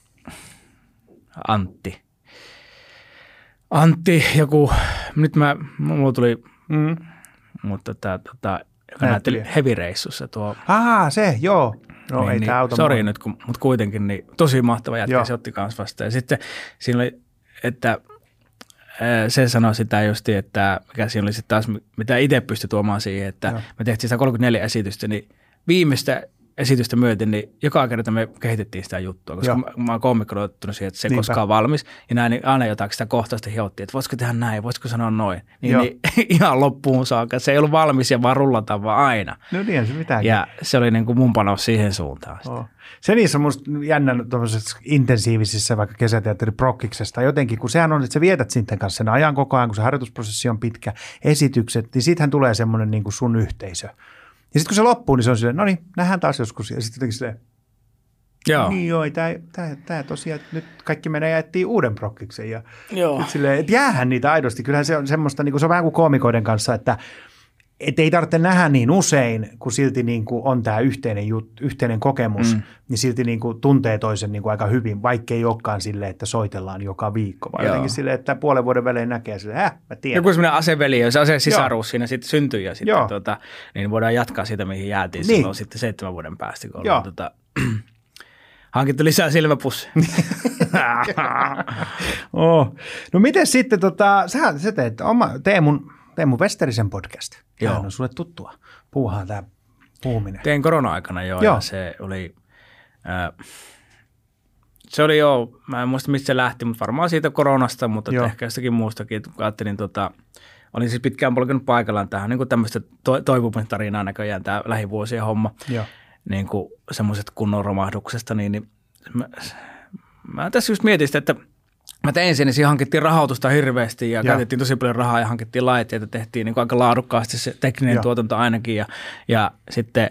Antti joku, nyt mulla tuli, mutta joka näytteli Heavy-reissussa tuo. Se, joo. No ei tämä auta. Sori nyt, mutta kuitenkin niin, tosi mahtava jätkä, se otti kanssa vastaan. Ja sitten siinä oli, että se sanoi sitä justi, että mikä siinä oli sitten taas, mitä itse pystyi tuomaan siihen, että me tehtiin sitä 34 esitystä, niin viimeistä esitystä myöten, niin joka kerta me kehitettiin sitä juttua, koska mä oon koomikko ottanut siihen, että se ei koskaan valmis. Ja näin, niin aina jotain sitä kohtaista hiottiin, että voisiko tehdä näin, voisiko sanoa noin. Niin ihan loppuun saakka. Se ei ollut valmis ja vaan rullataan vaan aina. No niin, se mitään. Ja se oli niin kuin mun panos siihen suuntaan. Se niissä on musta jännän tuollaisessa intensiivisissä vaikka kesäteatteriprokkiksesta jotenkin, kun sehän on, että sä vietät sitten kanssa sen ajan koko ajan, kun se harjoitusprosessi on pitkä, esitykset, niin siitähän tulee semmoinen niin kuin sun yhteisö. Ja sitten kun se loppuu, niin se on silleen, no niin, nähdään taas joskus. Ja sitten jotenkin silleen, tämä tosiaan, nyt kaikki menee ja etsii uuden prokkiksen. Ja silleen, että jäähän niitä aidosti. Kyllähän se on semmoista, niin kuin se on vähän kuin koomikoiden kanssa, että ei tarvitse nähdä niin usein, kun silti niin kuin on tämä yhteinen kokemus, niin silti niin kuin tuntee toisen niin kuin aika hyvin, vaikka ei olekaan silleen, että soitellaan joka viikko, vaan jotenkin silleen, että puolen vuoden välein näkee silleen, mä tiedän. Joku semmoinen aseveli, jos asesisaruus siinä sitten syntyy ja sitten niin voidaan jatkaa siitä, mihin jäätiin silloin sitten 7 vuoden päästä, kun ollaan Hankittu lisää silmäpussia. No miten sitten, sä teet Teemu Westerisen podcast. Joo. On sulle tuttua. Puuhaa tämä puhuminen. Tein korona-aikana joo. Ja se oli... Se oli mä en muista mistä se lähti, mutta varmaan siitä koronasta, mutta ehkä jostakin muustakin. Ajattelin, olin siis pitkään polkenut paikallaan tähän niin tämmöistä toipumistarinaa näköjään tämä lähivuosien homma. Niin kuin semmoiset kunnon romahduksesta, niin mä tässä just mietin sitä, että mä tein sen, niin siinä hankittiin rahoitusta hirveästi ja käytettiin tosi paljon rahaa ja hankittiin laitteita, tehtiin niin kuin aika laadukkaasti se tekninen tuotanto ainakin ja sitten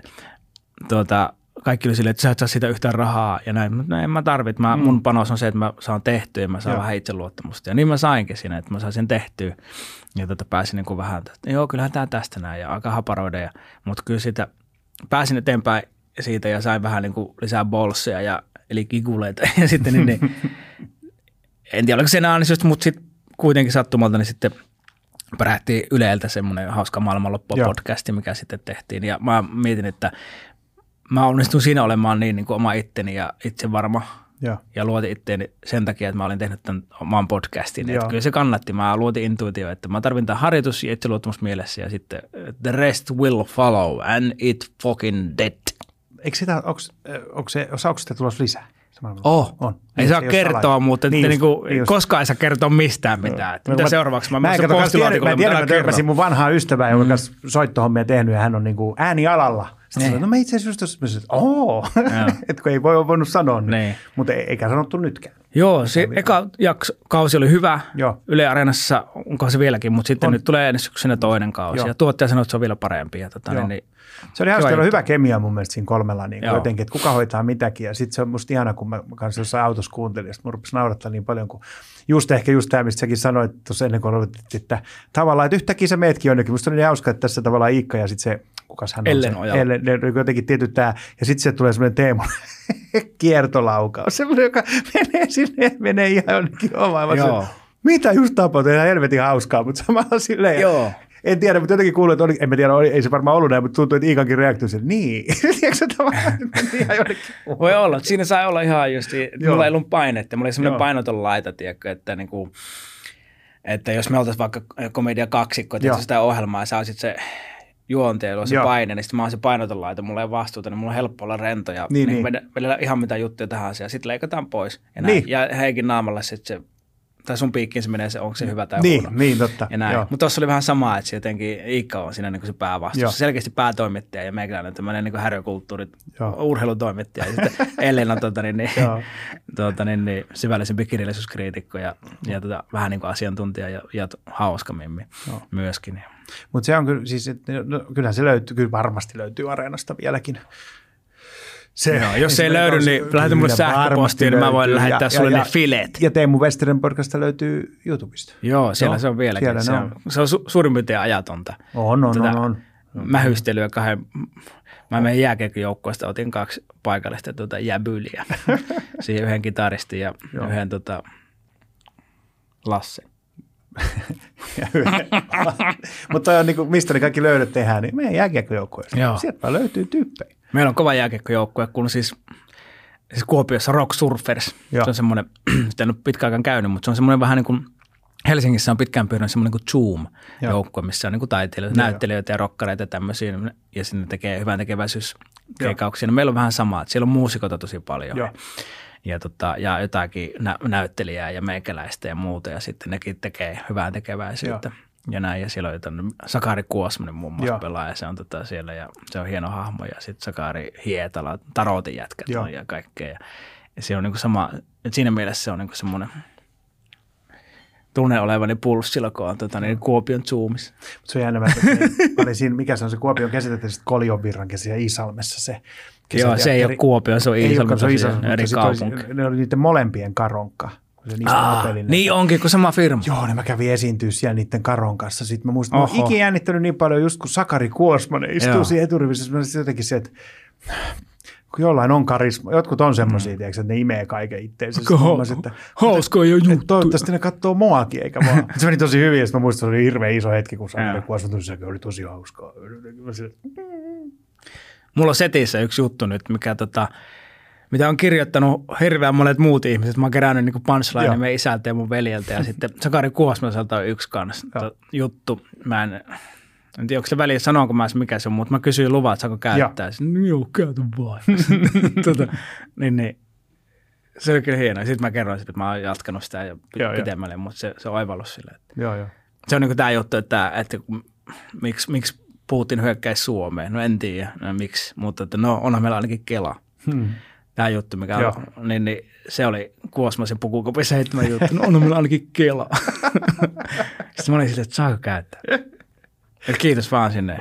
kaikki oli silleen, että sä et saa siitä yhtään rahaa ja näin, mutta en mä tarvitse. Mun panos on se, että mä saan tehtyä ja mä saan vähän itseluottamusta. Ja niin mä sainkin siinä, että mä sain sen tehtyä ja pääsin niin kuin vähän, että joo, kyllähän tää tästä näin ja aika haparoida. Mutta kyllä siitä pääsin eteenpäin siitä ja sain vähän niin kuin lisää bolsseja eli kikuleita ja sitten niin en tiedä, oliko se analyysistä, mutta sitten kuitenkin sattumalta niin sitten pärähtiin Yleltä semmoinen hauska maailmanloppu-podcasti, mikä sitten tehtiin ja mä mietin, että mä onnistun siinä olemaan niin kuin oma itteni ja itse varma ja luotin itteeni sen takia, että mä olin tehnyt tämän oman podcastin. Että kyllä se kannatti. Mä luotin intuitio, että mä tarvin harjoitus ja itseluottamus mielessä ja sitten the rest will follow and it fucking dead. Eikö sitä, onko sitä tulossa lisää? On. Ei saa kertoa, mutta koskaan ei saa kertoa mistään mitään. Mitä seuraavaksi? Mä tiedän, mä törmäsin mun vanhaa ystävää, jonka kanssa soittohommia tehnyt ja hän on niin kuin äänialalla. Sitten sanoin, mä itse asiassa just että kun ei voinut sanoa, mutta eikä sanottu nytkään. Joo, se eka kausi oli hyvä. Yle Areenassa onko se vieläkin, mutta sitten nyt tulee ensi syksynä toinen kausi. Ja tuottaja sanoi, että se on vielä parempi. Se oli hauska, hyvä kemia mun mielestä siinä kolmella niin jotenkin, että kuka hoitaa mitäkin. Ja sitten se on musta ihana, kun mä kanssa jossain autossa kuuntelin, ja sitten mun rupesi naurattaa niin paljon, kun just tämä, mistä säkin sanoit tuossa ennen kuin aloitit, että tavallaan, että yhtäkkiä sä meetkin jonnekin. Musta oli niin hauska, että tässä tavallaan Iikka ja sitten se, kukas hän on se? Ellen, jotenkin tietty tämä, ja sitten se tulee semmoinen Teemu kiertolaukaus, semmoinen, joka menee sinne, menee ihan jonnekin omaan. Mitä just tapahtui, ihan helvetin hauskaa, mutta samalla silleen. En tiedä, mutta jotenkin kuuluu, että en tiedä, ei se varmaan ollut näin, mutta tuntui, että Iikankin reaktio oli, niin. Tiedätkö se tavallaan, ihan jonnekin. Voi olla, siinä sai olla ihan just, mulla ei ollut painetta, mulla oli semmoinen painoton laita, tiedätkö, että, niinku, että jos me oltaisiin vaikka komedia kaksikko, että sitä ohjelmaa ja sä olisit se juontaja, on se paine, niin sitten mä oon se painoton laita, mulla ei vastuuta, niin mulla on helppo olla rento ja vedellä ihan mitä juttuja tähän asiaan, sitten leikataan pois ja näin. Ja Heikin naamalla sitten se, tai sun piikkiin se menee, onko se hyvä tai huono. Niin, totta. Mutta tuossa oli vähän sama, että jotenkin Iikka on siinä niin kuin se päävastuus. Selkeästi päätoimittaja ja meikäläinen tämmöinen niin härökulttuuri, urheilutoimittaja. Ja sitten Ellen on syvällisempi kirjallisuuskriitikko ja vähän niin kuin asiantuntija ja hauska mimmi myöskin. Mutta se on kyllä, siis, kyllähän se löytyy, kyllä varmasti löytyy Areenasta vieläkin. Jos ei löydy, niin lähetä mulle sähköpostia, niin mä voin lähettää sulle ne fileet. Ja Teemu Westerinen podcasta löytyy YouTubesta. Joo, siellä se on vieläkin. Se on suurin piirtein ajatonta. On. Mähystelyä mä menin jääkiekkojoukkueesta, otin 2 paikallista jäbyliä. Siihen yhden kitaristin ja yhden Lassen. Mutta on niin kuin, mistä ne kaikki löydöt tehdään, niin meidän jääkiekkojoukkueesta. Sieltä löytyy tyyppejä. Meillä on kova jääkiekkojoukkue, kun siis Kuopiossa Rock Surfers. Se on semmoinen, sitä en ole pitkään aikaan käynyt, mutta se on semmoinen vähän niin kuin, Helsingissä on pitkään pyörinyt semmoinen kuin Zoom-joukkue, missä on niin kuin taiteilijoita, näyttelijöitä ja rokkareita ja tämmöisiä, ja sinne tekee hyvän tekeväisyyskeikauksia. No, meillä on vähän samaa, että siellä on muusikoita tosi paljon. Ja jotakin näyttelijää ja meikäläistä ja muuta, ja sitten nekin tekee hyvää tekeväisyyttä. Ja näin, ja siellä on Sakari Kuosmanen muun muassa pelaa, ja se on siellä, ja se on hieno hahmo, ja sitten Sakari Hietala, Tarotin jätkät ja kaikkea. Ja se on niin kuin sama, että siinä mielessä se on niin kuin semmoinen tunne olevani pulssilla, kun on Kuopion Zoomissa. Se on jännä, mikä se on se Kuopion käsitetty, sitten Koljonvirran siellä Iisalmessa se. Joo, se ei ole Kuopio, se on Iisalmessa, eri kaupunki. Ne oli niiden molempien karonkka. Niin onkin, kun sama firma. Joo, niin mä kävin esiintyä siellä niiden karon kanssa. Sitten mä muistan, että mä oon ikin jännittänyt niin paljon, just kun Sakari Kuosmanen istuu siinä eturivissä. Mä olisin jotenkin se, että kun jollain on karisma, jotkut on semmoisia, että ne imee kaiken itteensä. Hauskoja juttuja. Toivottavasti ne katsoo muakin, eikä vaan. Se meni tosi hyvin, ja sitten mä muistan, että se oli hirveän iso hetki, kun Sakari Kuosmanen oli tosi hauskaa. Mulla on setissä yksi juttu nyt, mitä on kirjoittanut hirveän monet muut ihmiset. Mä oon kerännyt niin punchline meidän isältä ja mun veljeltä ja sitten Sakari Kuosmaselta on yksi kanssa juttu. Mä en tiedä, onko se väliä sanoonko mä mikä se on, mutta mä kysyin luvan, että saanko käyttää. Sitten, joo, käytä vaan. niin. Se oli kyllä hienoa. Sitten mä kerroin, että mä oon jatkanut sitä jo pitemmälle, mutta se on oivallus silleen. Se on niin kuin tämä juttu, että miksi Putin hyökkäisi Suomeen. No en tiedä, miksi, mutta että onhan meillä ainakin Kela. Tämä juttu, mikä on, niin se oli Kuosmasen pukukopin 7 juttu. No onhan meillä ainakin Kela. Sitten mä olin silleen, että saako käyttää. Kiitos vaan sinne.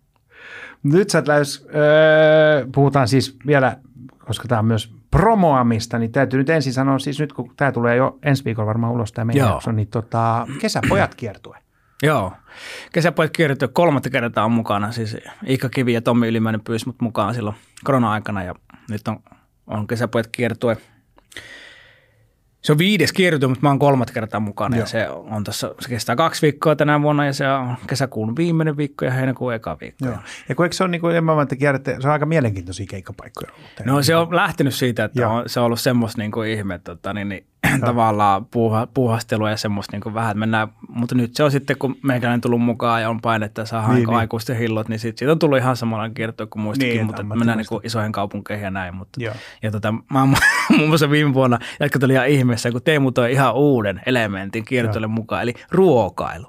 Nyt sä puhutaan siis vielä, koska tämä on myös promoamista, niin täytyy nyt ensin sanoa, siis nyt kun tämä tulee jo ensi viikolla varmaan ulos tämä meidän jakso, niin Kesäpojat kiertue. Joo, Kesäpojat kiertue 3. kertaa on mukana, siis Iikka Kivi ja Tommi Ylimäinen pyysi mut mukaan silloin korona-aikana ja nyt on Kesäpojat kiertue. Se on 5. kiertue, mutta mä oon 3. kertaa mukana ja se kestää 2 viikkoa tänä vuonna ja se on kesäkuun viimeinen viikko ja heinäkuun eka viikko. Joo. Ja kun eikö se ole niin kuin se on aika mielenkiintoisia keikkapaikkoja ollut? No se on lähtenyt siitä, että se on ollut semmoista niin kuin ihme, tavallaan puuhastelua ja semmoista niin kuin vähän, että mennään, mutta nyt se on sitten, kun meikäläinen tullut mukaan ja on painetta ja saadaan niin. aikuisten hillot, niin siitä on tullut ihan samanlainen kiertue kuin muistakin, niin, mutta mennään niin kuin isoihin kaupunkeihin ja näin. Mutta, mä oon muun muassa viime vuonna, jätkät oli ihan ihmeessä, kun Teemu toi ihan uuden elementin kiertueelle mukaan, eli ruokailu.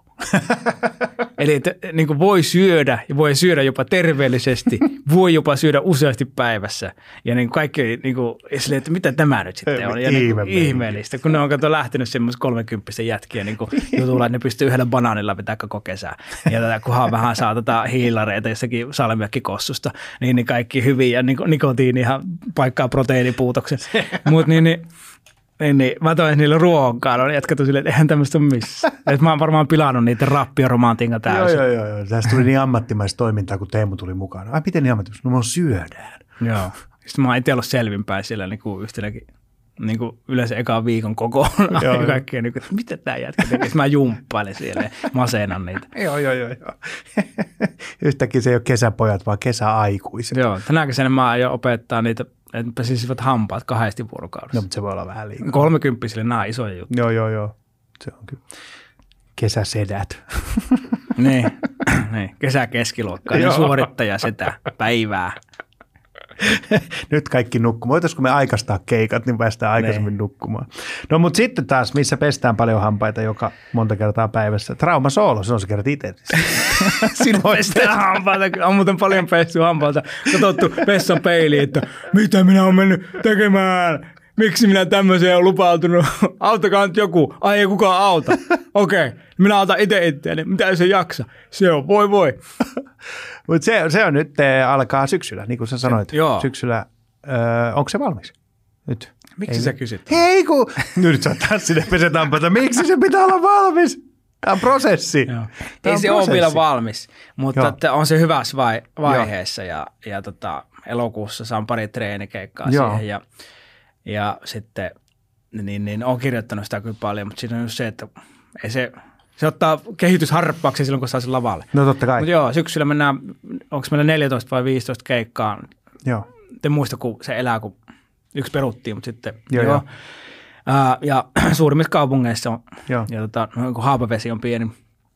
Eli että niin kuin voi syödä ja voi syödä jopa terveellisesti, voi jopa syödä useasti päivässä. Ja niin kaikki, niin kuin, että mitä tämä nyt sitten on. Ja niin ihmeellistä, kun ne on lähtenyt semmoisen 30 jätkiä niin jutulla, että ne pystyy yhdellä banaanilla pitää koko kesää. Ja kunhan vähän saa hiilareita jossakin salmiakkikossusta, niin kaikki hyvin ja nikotiinihan paikkaa proteiinipuutoksen. Mutta niin, mä toin niille ruokailun, jätkät on silleen, että eihän tämmöistä ole missään. Että mä oon varmaan pilannut niitä rappioromantinga täysin. Joo. Tästä tuli niin ammattimaista toimintaa, kun Teemu tuli mukaan. Ai miten niin ammattimaista? No me syödään. Joo. Sitten mä oon itse ollut selvinpäin siellä niin kuin yhtenäkin, niin kuin yleensä ekaan viikon kokoon. Ja kaikkea, niin kuin, että mitä tää jätkä tekee? Sitten mä jumppailen siellä ja masenan niitä. Joo. Yhtäkkiä se ei ole kesäpojat, vaan kesäaikuiset. Joo, tänä kesänä mä aion opettaa niitä, että pesisivät hampaat 2 vuorokaudessa. No, mutta se voi olla vähän liikaa. 30-sille nämä on isoja juttuja. Joo. Se on kyllä. Kesäsedät. niin, kesäkeskiluokkainen suorittaja sitä päivää. Nyt kaikki nukkumaan. Voitaisiko me aikaistaa keikat, niin päästään aikaisemmin nukkumaan. No mutta sitten taas, missä pestään paljon hampaita joka monta kertaa päivässä. Trauma Soolo, se on se kerran itse. Silloin pestään hampaita. On muuten paljon pesty hampaita. Katsottu vessan peiliin, että mitä minä olen mennyt tekemään. Miksi minä tämmöiseen olen lupautunut? Auttakaa nyt joku. Ai ei kukaan auta. Okei, minä autan itseäni. Mitä ei se jaksa? Se on voi. Mutta se on nyt alkaa syksyllä, niin kuin sä sanoit. Syksyllä. Onko se valmis? Nyt. Miksi sä kysyt? Hei kun... Nyt sä oot taas sinne pesetampata. Miksi se pitää olla valmis? Tämä on prosessi. Ei se ole vielä valmis, mutta on se hyvässä vaiheessa. Ja elokuussa saan pari treenikeikkaa siihen. Ja sitten niin on kirjoittanut sitä kyllä paljon, mutta siinä on just se, että ei se ottaa kehitysharppauksia silloin, kun saa sen lavalle. No totta kai. Mutta syksyllä mennään, onko meillä 14 vai 15 keikkaa. Joo. Te muista, kun se elää, kun yksi peruttiin, mutta sitten joo. Ja suurimmissa kaupungeissa on, ja Haapavesi on pieni.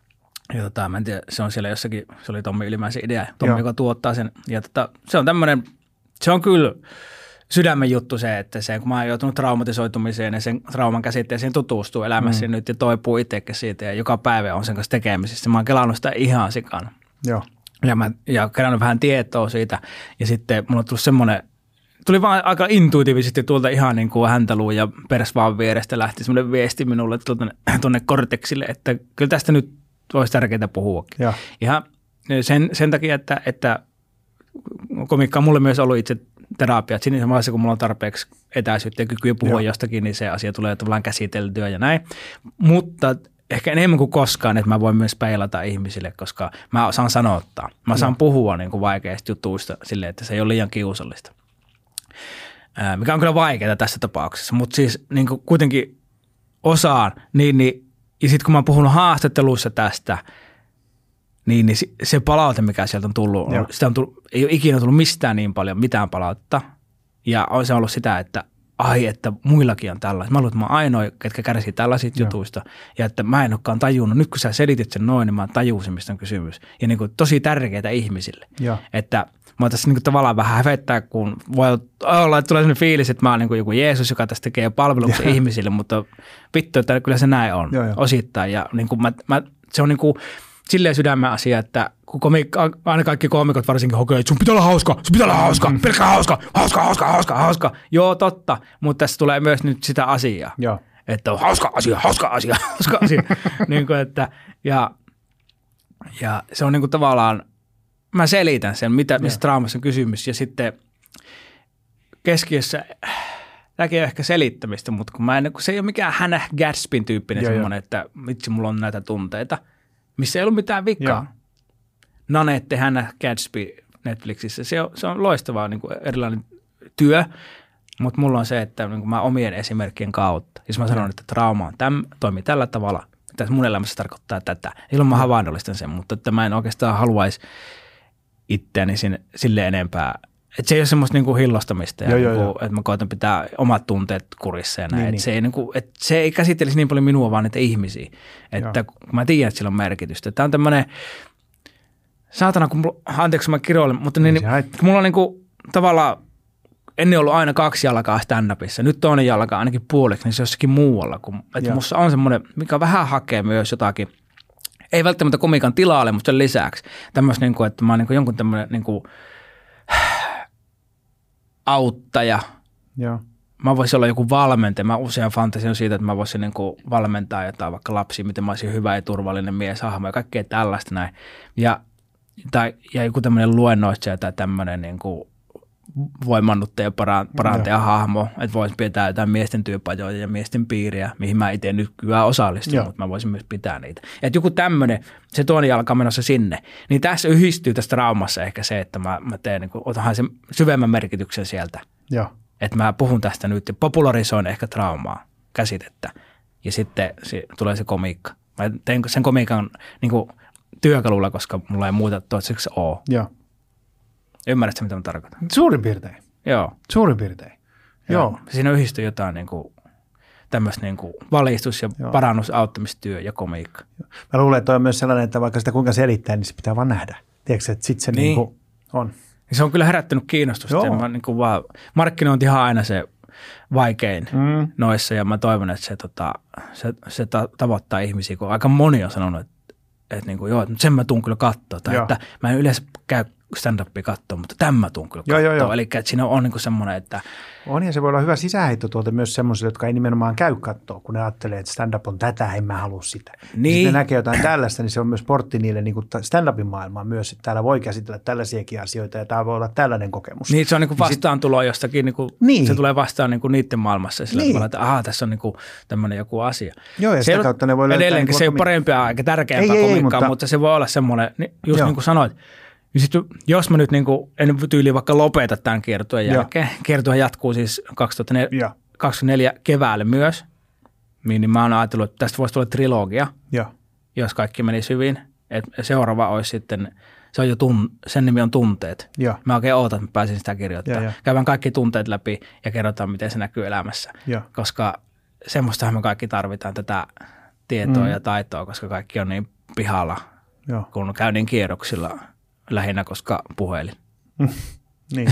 Ja mä en tiedä, se on siellä jossakin, se oli Tommi Ylimäisen idea, Tommi, joka tuottaa sen. Ja se on tämmöinen, se on kyllä sydämen juttu se, että kun mä oon joutunut traumatisoitumiseen ja sen trauman käsitteeseen tutustuu elämässä nyt ja toipuu itsekin siitä ja joka päivä on sen kanssa tekemisissä. Mä oon kelannut sitä ihan sikana. Joo. Ja kerännyt vähän tietoa siitä ja sitten mulla on tullut semmoinen, tuli vaan aika intuitiivisesti tuolta ihan niin kuin häntäluun ja persvaan vierestä lähti semmoinen viesti minulle tuonne korteksille, että kyllä tästä nyt olisi tärkeää puhuakin. Ja. Ihan sen takia, että komiikka on mulle myös ollut itse terapia. Siinä vaiheessa, kun mulla on tarpeeksi etäisyyttä ja kykyä puhua jostakin, niin se asia tulee tavallaan käsiteltyä ja näin. Mutta ehkä enemmän kuin koskaan, että mä voin myös peilata ihmisille, koska mä osaan sanottaa. Mä saan puhua niin kuin vaikeista jutuista silleen, että se ei ole liian kiusallista. Mikä on kyllä vaikeaa tässä tapauksessa, mutta siis niin kuin kuitenkin osaan. Ja sitten kun mä oon puhunut haastatteluissa tästä, niin se palaute, mikä sieltä on tullut, sitä on tullut, ei ole ikinä tullut mistään niin paljon mitään palautetta. Ja on se ollut sitä, että että muillakin on tällaista. Mä luulen, että mä oon ainoa, ketkä kärsii tällaisista jutuista. Ja että mä en olekaan tajunnut. Nyt kun sä selitit sen noin, niin mä tajusin, mistä on kysymys. Ja niin kuin tosi tärkeitä ihmisille. Ja. Että mä tässä niin kuin tavallaan vähän hävettää, kun voi olla, että tulee sellainen fiilis, että mä oon niin kuin joku Jeesus, joka tässä tekee palveluksen ihmisille. Mutta vittu, että kyllä se näin on osittain. Ja niin kuin se on niin kuin silleen sydämen asia, että kun aina kaikki koomikot varsinkin hokee, että sun pitää olla hauska, pelkkää hauska. Joo, totta, mutta tässä tulee myös nyt sitä asiaa, että on hauska asia. Niin kuin, että, ja se on niin kuin tavallaan, mä selitän sen, mistä draamassa on kysymys, ja sitten keskiössä, tämäkin on ehkä selittämistä, mutta kun se ei ole mikään Hannah Gadsbyn tyyppinen semmoinen, että vitsi, mulla on näitä tunteita, missä ei ollut mitään vikaa. Nanette Hannah Gadsby Netflixissä. Se on loistavaa niin kuin erilainen työ, mutta mulla on se, että niin kuin mä omien esimerkkien kautta, jos mä sanon, että trauma toimii tällä tavalla, tässä mun elämässä tarkoittaa tätä. Ilman mä havainnollistan sen, mutta että mä en oikeastaan haluaisi itseäni sille enempää. Että se ei ole semmoista niin kuin hillostamista, ja niin kuin, että mä koitan pitää omat tunteet kurissa ja näin. Niin. Se ei käsittelisi niin paljon minua, vaan niitä ihmisiä. Että kun mä tiedän, että sillä on merkitystä. Tämä on tämmöinen, saatana, anteeksi mä kiroilen, mutta kun mulla on niin kuin, tavallaan ennen ollut aina 2 jalkaa stand-upissa. Nyt toinen jalka ainakin puoliksi, niin se jossakin muualla. Että musta on semmoinen, mikä vähän hakee myös jotakin, ei välttämättä komikan tilalle, mutta sen lisäksi. Tämmöistä, niin kuin, että mä oon niin kuin jonkun tämmöinen niin kuin auttaja. Joo. Mä voisin olla joku valmentaja. Mä usein fantasioin siitä, että mä voisin niin kuin valmentaa jotain vaikka lapsia, miten mä olisin hyvä ja turvallinen mieshahmo ja kaikkea tällaista näin. Ja joku tämmöinen luennoitsija tai tämmöinen niin kuin voimannuttaja parantaja hahmo, että voisin pitää jotain miesten työpajoja ja miesten piiriä, mihin mä itse nyt kyllä osallistun, mutta mä voisin myös pitää niitä. Että joku tämmöinen, se toinen jalka menossa sinne, niin tässä yhdistyy tässä traumassa ehkä se, että mä teen, niin kuin, otanhan sen syvemmän merkityksen sieltä. Joo. Että mä puhun tästä nyt ja popularisoin ehkä traumaa, käsitettä, ja sitten tulee se komiikka. Mä teen sen komiikan niin kuin työkalulla, koska mulla ei muuta toiseksi ole. Joo. Ymmärrätkö, mitä mä tarkoitan? Suurin piirtein. Joo. Suurin piirtein. Joo. Siinä yhdistyy jotain niin kuin, tämmöistä niin kuin valistus- ja parannusauttamistyö ja komiikka. Mä luulen, että on myös sellainen, että vaikka sitä kuinka selittää, niin se pitää vaan nähdä. Tiedätkö, että sitten se niin kuin on. Se on kyllä herättänyt kiinnostusta. Mä, niin kuin vaan, markkinointi on aina se vaikein noissa, ja mä toivon, että se tavoittaa ihmisiä, kun aika moni on sanonut, että niin kuin, joo, sen mä tuun kyllä katsoa. Tai että mä en yleensä käy stand-upia katsoa, mutta tämän mä tuun kyllä katsoa. Eli että siinä on niin kuin semmoinen, että on, ja se voi olla hyvä sisäänheittotuote myös semmoisille, jotka ei nimenomaan käy katsoa, kun ne ajattelee, että stand-up on tätä, en mä halua sitä. Niin. Sitten ne näkee jotain tällaista, niin se on myös portti niille niin kuin stand-upin maailmaan myös, että täällä voi käsitellä tällaisiakin asioita, ja tämä voi olla tällainen kokemus. Niin, se on niin kuin vastaantuloa jostakin, niin kuin, se tulee vastaan niin kuin niiden maailmassa, sillä tavalla, että tässä on niin kuin tämmöinen joku asia. Joo, ja sitä kautta ne voi löytää. Edelleenkin niin se ei ole parempia eikä tärkeämpää komiikkaa, mutta se voi olla semmoinen, just niin kuin sanoit. Ja sitten jos mä nyt niin kuin, en tyyliin vaikka lopeta tämän kiertueen jälkeen, kiertue jatkuu siis 2024 keväälle myös, niin mä oon ajatellut, että tästä voisi tulla trilogia, jos kaikki menisi hyvin. Et seuraava olisi sitten, se on jo sen nimi on Tunteet. Mä oikein ootan, että mä pääsin sitä kirjoittamaan. Käydään kaikki tunteet läpi ja kerrotaan, miten se näkyy elämässä, koska semmoistahan me kaikki tarvitaan tätä tietoa ja taitoa, koska kaikki on niin pihalla, kun käy niin kierroksilla. Lähinnä, koska puhelin. Niin.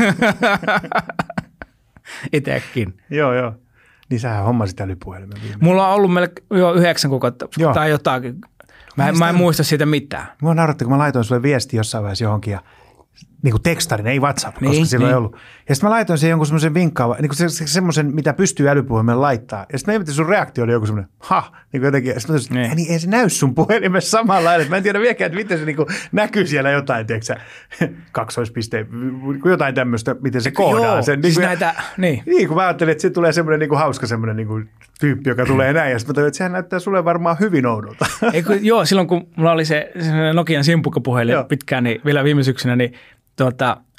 Itsekin. Joo. Niin sähän hommasit älypuhelimen viimein. Mulla on ollut jo 9 kuukautta tai jotakin. Mä en muista siitä mitään. Mua nauratti, kun mä laitoin sulle viesti jossain vaiheessa johonkin ja niin kuin tekstarin, ei WhatsApp, koska silloin ei ollut. Ja sitten mä laitoin siihen jonkun semmoisen vinkkaavan, niin kuin semmoisen, mitä pystyy älypuhelimeen laittaa. Ja sitten mä ihmettelin, sun reaktio oli joku semmoinen, niin kuin jotenkin. Sitten mä ei se näy sun puhelimessa samalla lailla. Mä en tiedä vieläkään, että miten se niin kuin näkyy siellä jotain, tiedätkö kaksoispiste, jotain tämmöistä, miten se koodaa sen. Siis niin, kun mä ajattelin, että siitä tulee semmoinen niin kuin hauska semmoinen niin kuin tyyppi, joka tulee näin. Ja sitten mä toivon, että sehän näyttää sulle varmaan hyvin oudolta. Silloin kun mulla oli se Nokian simpukkapuhelin pitkään, niin vielä viime syksynä, niin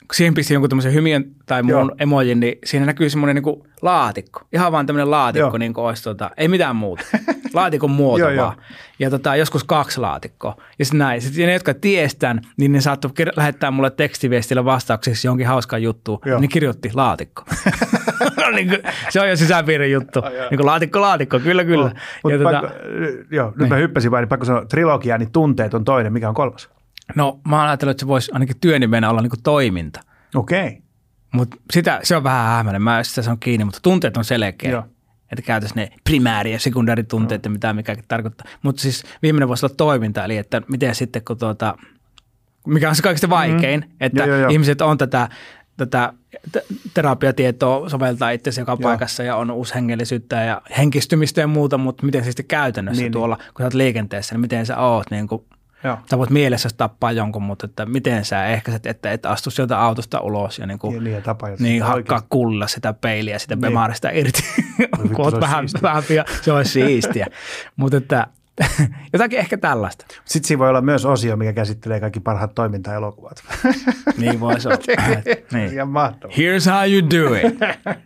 siihen pisti jonkun tämmöisen hymiön tai muun emojin, niin siinä näkyy semmoinen niin kuin laatikko. Ihan vaan tämmöinen laatikko, niin kuin olisi ei mitään muuta. Laatikon muoto vaan. Ja joskus 2 laatikkoa. Ja sitten näin. Sitten ne, jotka tiestään, niin ne saattoi lähettää mulle tekstiviestillä vastaukseksi johonkin hauskaan juttuun. Niin kirjoitti laatikko. Se on jo sisäpiirin juttu. Niin kuin laatikko, kyllä. Nyt mä hyppäsin vain, niin pakko sanoa, trilogia, niin tunteet on toinen. Mikä on 3? No mä oon ajatellut, että se voisi ainakin työnimenä olla niin kuin toiminta. Okei. Mutta se on vähän hämmäinen. Mä en sitä sanon kiinni, mutta tunteet on selkeä. Joo. Että käytäisiin ne primääri- ja sekundääritunteet ja mitä mikäkin tarkoittaa. Mutta siis viimeinen voisi olla toiminta, eli että miten sitten kun mikä on se kaikista vaikein, että ihmiset on tätä terapiatietoa soveltaa itse joka paikassa ja on uushengellisyyttä ja henkistymistä ja muuta, mutta miten se sitten käytännössä tuolla, kun sä oot liikenteessä, niin miten sä oot niin kuin sä voit mielessä tappaa jonkun, mutta että miten sä ehkäiset, että et astu sieltä autosta ulos ja niin hakkaa kulla sitä peiliä, sitä bemaarista irti, kun oot vähän se olisi siistiä. Mutta että jotakin ehkä tällaista. Sitten siinä voi olla myös osio, mikä käsittelee kaikki parhaat toimintaelokuvat. Niin voisi olla. Niin. Ihan mahtavaa. Here's how you do it.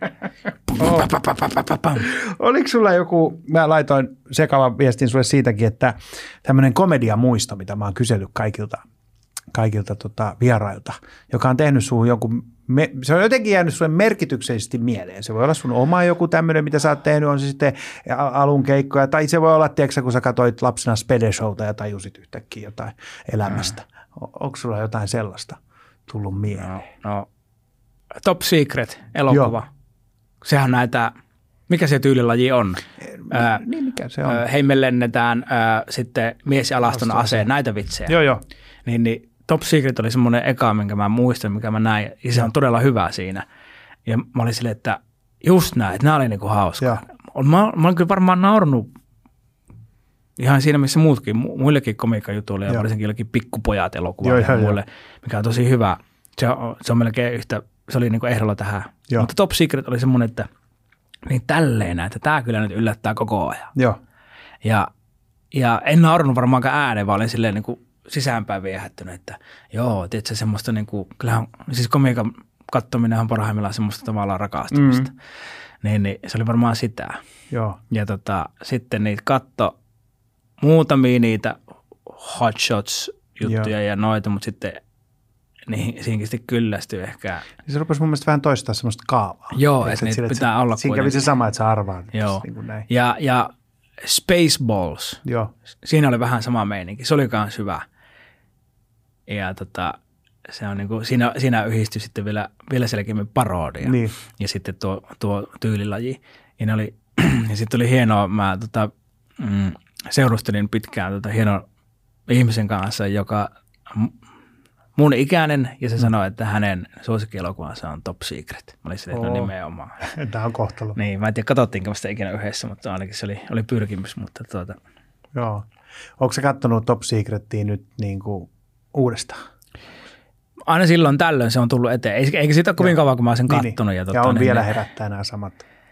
Oliko sulla joku, mä laitoin sekavan viestin sulle siitäkin, että tämmöinen komediamuisto, mitä mä oon kysellyt kaikilta vierailta, joka on tehnyt suhun jonkun, se on jotenkin jäänyt sulle merkityksellisesti mieleen. Se voi olla sun oma joku tämmöinen, mitä sä oot tehnyt, on se sitten alun keikkoja, tai se voi olla, tiedätkö, kun sä katsoit lapsena Spede-showta ja tajusit yhtäkkiä jotain elämästä. Onko sulla jotain sellaista tullut mieleen? No. Top Secret -elokuva. Sehän näitä, mikä se tyylilaji on? Niin, mikä se on? Heimme lennetään sitten mies ja alaston aseen, näitä vitsejä. Joo. Niin Top Secret oli semmoinen eka, minkä mä muistan, mikä mä näin, ja se on todella hyvä siinä. Ja mä olin silleen, että just näin, että nämä oli niinku hauskaa. Mä olen kyllä varmaan naurannut ihan siinä, missä muutkin, muillekin komiikkajutuille ja varsinkin jollekin pikkupojat -elokuville muille, mikä on tosi hyvä. Se on melkein yhtä, se oli niinku ehdolla tähän. Mutta Top Secret oli semmoinen, että niin tälleen, että tämä kyllä nyt yllättää koko ajan. Joo. Ja en naurannut varmaankaan ääneen, vaan olin silleen niinku sisäänpäin viehättynyt, että tiedätkö semmoista niinku, kyllähän, siis komiikan katsominen on parhaimmillaan semmoista tavallaan rakastumista. Niin se oli varmaan sitä. Joo. Ja sitten niitä muutamia niitä hot shots -juttuja ja noita, mutta sitten siihenkin sitten kyllästyy ehkä. Se rupesi mun mielestä vähän toistaa semmoista kaavaa. Joo, että niitä pitää olla. Siinä kävi se sama, että sä arvaat. Joo. Niin kuin näin. Ja Spaceballs. Joo. Siinä oli vähän sama meininki. Se oli myös hyvä. Ja se on niinku, siinä yhdistyi sitten vielä selkeämmin parodia. Niin. Ja sitten tuo tyylilaji. Ja sitten oli hienoa, mä seurustelin pitkään hienon ihmisen kanssa, joka mun ikäinen, ja se sanoi, että hänen suosikkielokuvansa on Top Secret. Mä olin silleen, että nimenomaan. Tämä on kohtalo. Niin, mä en tiedä, katsottiinko sitä ikinä yhdessä, mutta ainakin se oli pyrkimys. Mutta Joo. Onko sä katsonut Top Secretia nyt niin kuin uudestaan? Aina silloin tällöin se on tullut eteen. Eikä siitä ole kovin kauan, kun mä oon sen kattonut. Ja on vielä herättää nämä samat.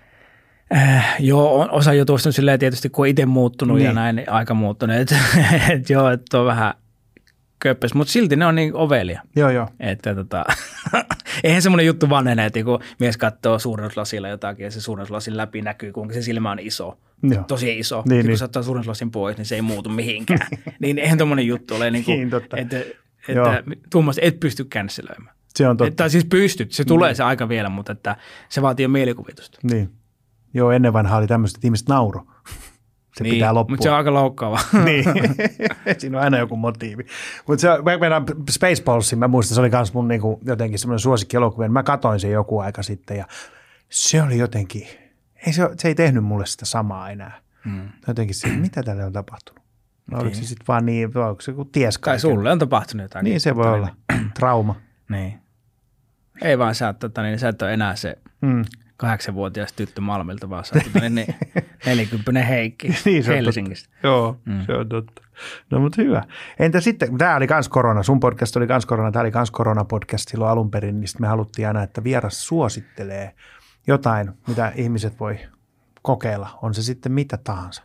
Joo, osa jutuista on silleen tietysti, kun on itse muuttunut ja näin, niin aika muuttunut. Että on vähän köppös, mutta silti ne on niin ovelia. Joo. Että eihän semmoinen juttu vanhene, että kun mies katsoo suurennuslasilla jotakin ja se suurennuslasin läpi näkyy, kuinka se silmä on iso. Joo. Tosi iso. Niin, kun se ottaa suurennuslasin pois, niin se ei muutu mihinkään. Niin eihän tommoinen juttu ole, että tuommoista et pysty cancelöimään. Se on totta. Että siis pystyt, se tulee se aika vielä, mutta että se vaatii jo mielikuvitusta. Niin. Joo, ennen vanhaa oli tämmöistä, että ihmiset nauro. Se pitää loppua. Mutta se on aika loukkaava. Niin, siinä on aina joku motiivi. Mutta meidän Spaceballsin, mä muistan, se oli myös mun niinku, jotenkin semmoinen suosikkielokuva. Mä katoin sen joku aika sitten ja se oli jotenkin, se ei tehnyt mulle sitä samaa enää. Jotenkin se, mitä tälle on tapahtunut? No, oliko se sitten vaan niin, onko se joku ties tai sulle on tapahtunut jotakin. Niin se voi olla, trauma. Niin. Ei vaan sä et ole enää se 8-vuotias tyttö Malmilta, vaan sä oot 40 Heikki niin, Helsingistä. Joo, se on totta. No mutta hyvä. Entä sitten, tämä oli kans korona, sun podcast oli kans korona, tämä oli kans korona-podcast silloin alun perin, niin me haluttiin aina, että vieras suosittelee jotain, mitä ihmiset voi kokeilla. On se sitten mitä tahansa.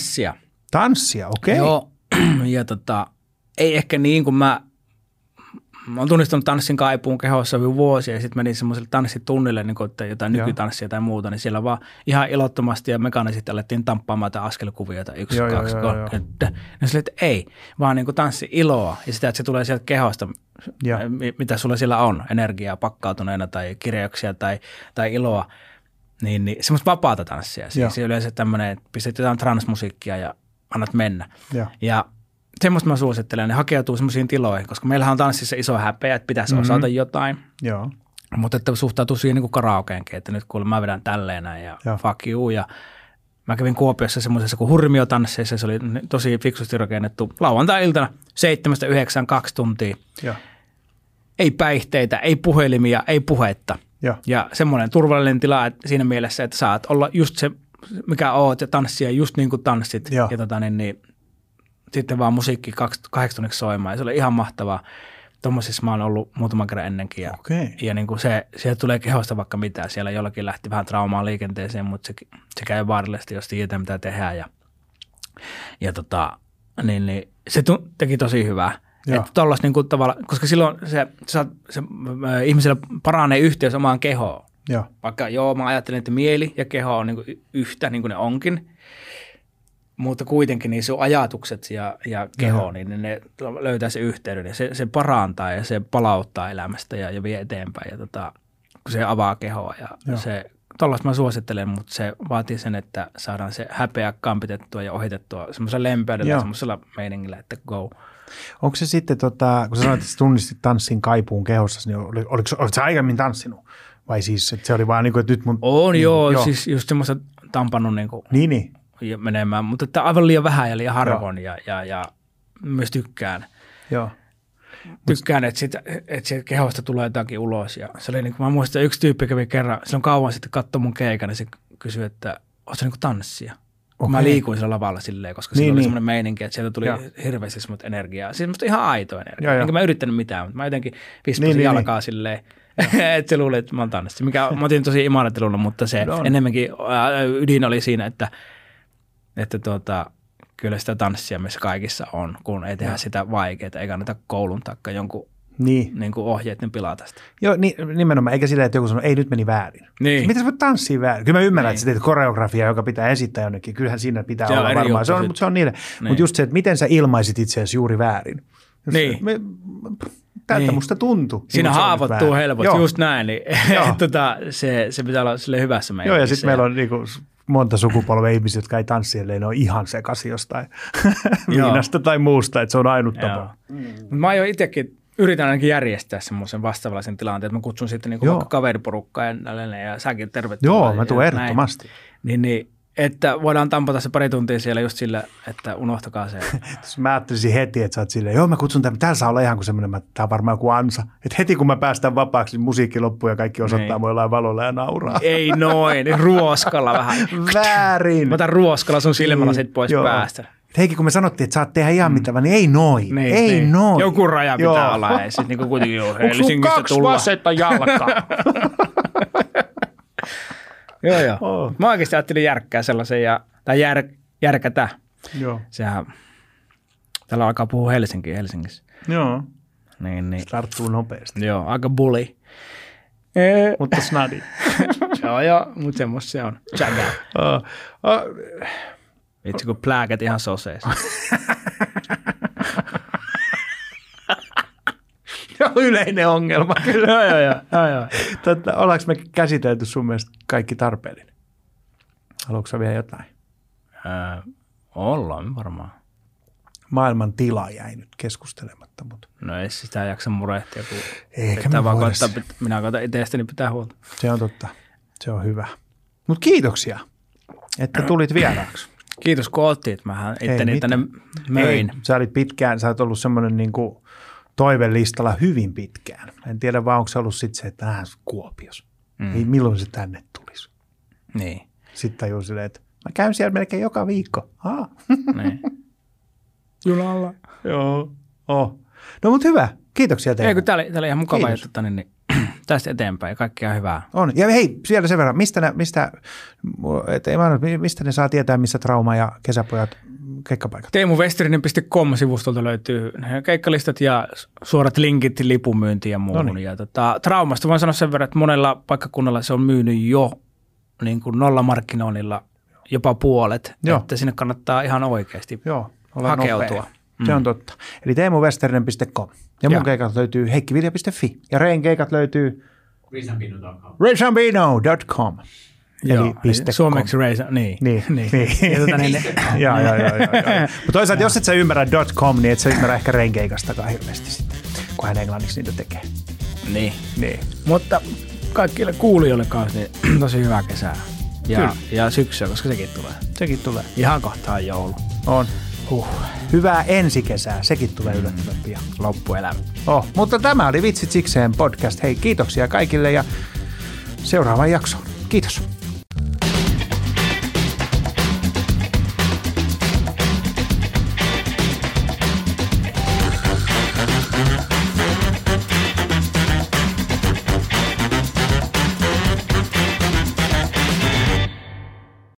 Tanssia, okei. Joo, ja ei ehkä niin kuin mä mä oon tunnistanut tanssin kaipuun kehossa jo vuosia ja sitten menin semmoiselle tanssitunnille, niin kuin, että jotain nykytanssia tai muuta, niin siellä vaan ihan ilottomasti ja mekaanisesti alettiin tamppaamaan tai askelkuvioita 1, 2, 3. Ja sille, että ei, vaan niin kuin tanssi iloa ja sitä, että se tulee sieltä kehosta, mitä sulla siellä on, energiaa pakkautuneena tai kirjauksia tai iloa, niin semmoista vapaata tanssia. Siis yleensä tämmöinen, että pistät jotain transmusiikkia ja annat mennä. Ja semmoista mä suosittelen, ne hakeutuu semmoisiin tiloihin, koska meillähän on tanssissa iso häpeä, että pitäisi osata jotain. Joo. Mutta että suhtautuu siihen niin kuin karaokeenkin, että nyt kuule mä vedän tälleen näin ja fuck you. Ja mä kävin Kuopiossa semmoisessa kuin hurmiotansseissa, se oli tosi fiksusti rakennettu lauantai-iltana 7-9, 2 tuntia. Ja. Ei päihteitä, ei puhelimia, ei puhetta. Ja semmoinen turvallinen tila siinä mielessä, että saat olla just se, mikä oot ja tanssia just niin kuin tanssit. Ja niin sitten vaan musiikki 8 tunniksi soimaan. Ja se oli ihan mahtavaa. Tuommoisissa mä oon ollut muutaman kerran ennenkin. Ja niin kuin sieltä tulee kehosta vaikka mitään. Siellä jollakin lähti vähän traumaa liikenteeseen, mutta se käy vaarallisesti, jos tiedetään mitä tehdään. Niin se teki tosi hyvää. Että tollaista niin kuin tavalla, koska silloin se ihmisellä paranee yhteys omaan kehoon. Vaikka mä ajattelin, että mieli ja keho on niin kuin yhtä, niin kuin ne onkin. Mutta kuitenkin niin sun ajatukset ja keho, niin ne löytää se yhteyden ja se parantaa ja se palauttaa elämästä ja vie eteenpäin. Ja kun se avaa kehoa ja se, tollaista mä suosittelen, mutta se vaatii sen, että saadaan se häpeä kampitettua ja ohitettua semmoisella lempeydellä, semmoisella meiningillä, että go. Onko se sitten, kun sä sanoit, että tunnistit tanssin kaipuun kehossa, niin oliko sä aiemmin tanssinut? Vai siis, että se oli vaan niin kuin, että nyt mun... On siis just semmoista tampannut niin kuin... Niin. Menemään, mutta että aivan liian vähän ja liian harvoin ja myös tykkään. Tykkään, että se kehosta tulee jotakin ulos. Ja se oli niin kuin, mä muistan, että yksi tyyppi kävi kerran, silloin kauan sitten katsoi mun keikan ja se kysyi, että ootko se niin kuin tanssia? Kun mä liikuin sillä lavalla silleen, koska sillä oli semmoinen meininki, että sieltä tuli hirveästi semmoista energiaa. Siis semmoista ihan aitoa energiaa. Enkä mä yrittänyt mitään, mutta mä jotenkin vispasin jalkaa silleen. Että se luuli, että mä oon tanssi. Mä otin tosi imaanattelulla, mutta se enemmänkin ydin oli siinä, että kyllä sitä tanssia meissä kaikissa on, kun ei tehdä sitä vaikeaa, ei kannata koulun taikka jonkun niin kuin ohjeiden pilata sitä. Joo, nimenomaan, eikä sillä, että joku sanoo, ei nyt meni väärin. Niin. Miten sä voit tanssia väärin? Kyllä mä ymmärrän, että sä teet koreografiaa, joka pitää esittää jonnekin. Kyllähän siinä pitää olla varmaan. Mutta se on niille. Mutta just se, että miten sä ilmaisit itseäsi juuri väärin. Tältä musta tuntui. Siinä haavoittuu helposti, just näin. Niin, se pitää olla sille hyvässä meidän. Joo, ja sitten meillä on niinku monta sukupolvea ihmisiä, jotka ei tanssi, ellei ne ole ihan sekaisin jostain viinasta tai muusta, että se on ainut tapa. Mä aion itsekin, yritän ainakin järjestää semmoisen vastaavallaisen tilanteen, että mä kutsun sitten niinku vaikka kaveriporukkaa ja säkin tervetuloa. Joo, mä tulen ehdottomasti. Niin, että voidaan tampata se pari tuntia siellä just sillä, että unohtakaa se. Mä ajattelisin heti, että sä oot silleen, mä kutsun tämän, täällä saa olla ihan kuin semmoinen, tää on varmaan joku ansa. Että heti kun mä päästän vapaaksi, niin musiikki loppuu ja kaikki osoittaa mua jollain valolla ja nauraa. Ei noin, ruoskalla vähän. Väärin. Mä otan ruoskalla sun silmälasit pois päästä. Heikin, kun me sanottiin, että saat tehdä ihan mitä, niin ei noin. Ei noin. Joku raja pitää olla. Ei, siis niin kuin kuitenkin Helsingistä tulla. 2 vasenta jalkaa. Joo. Mä oikeasti ajattelin järkkää sellaisen tai järkätä. Joo. Sehän, täällä alkaa puhua Helsingissä. Joo. Niin. Se tarttuu nopeasti. Joo, aika bully. Mutta snadi. Joo, mutta semmoista se on. Tsägää. Itse kun plääkät ihan soseessa. Joo, yleinen ongelma kyllä. Joo. Ollaanko me käsitelty sun mielestä kaikki tarpeellinen? Haluatko sä vielä jotain? Ollaan varmaan. Maailman tila jäi nyt keskustelematta. Mutta. No ei sitä jaksa murehtia, kun minä koitan itsestäni pitää huolta. Se on totta. Se on hyvä. Mutta kiitoksia, että tulit vieraaksi. Kiitos kun otit. Mähän itteni tänne möin. Sä olit pitkään, sä oot ollut semmoinen niin kuin toivelistalla hyvin pitkään. En tiedä vaan, onko se ollut sitten se, että nähdään Kuopiossa. Milloin se tänne tulisi? Niin. Sitten tajuu silleen, että mä käyn siellä melkein joka viikko. Niin. Junalla. Joo. No mutta hyvä. Kiitoksia teille. Ei, kun tää oli ihan mukava juttu, niin tästä eteenpäin. Kaikkea hyvää. On. Ja hei, siellä sen verran, mistä ne saa tietää, missä Trauma ja Kesäpojat keikkapaikat? teemuwesterinen.com-sivustolta löytyy keikkalistat ja suorat linkit lipunmyyntiin ja muuhun. Ja Traumasta voin sanoa sen verran, että monella paikkakunnalla se on myynyt jo niin kuin nollamarkkinoinnilla jopa puolet, että sinne kannattaa ihan oikeasti hakeutua. Se on totta. Eli teemuwesterinen.com ja mun keikat löytyy heikkivirja.fi ja Reen keikat löytyy reisambino.com. Joo, suomeksi Reisa, niin. Joo. Mutta toisaalta, jos et sä ymmärrä .com, niin et sä ymmärrä ehkä Reen keikastakaan hirveästi sitten, kun hän englanniksi niitä tekee. Niin. Mutta kaikille kuulijoille kanssa niin tosi hyvää kesää ja syksyä, koska sekin tulee. Ihan kohtaan joulu. On. Hyvää ensi kesää, sekin tulee yllättävän pian. Loppuelämä. Mutta tämä oli Vitsit sikseen podcast. Hei, kiitoksia kaikille ja seuraavaan jaksoon. Kiitos.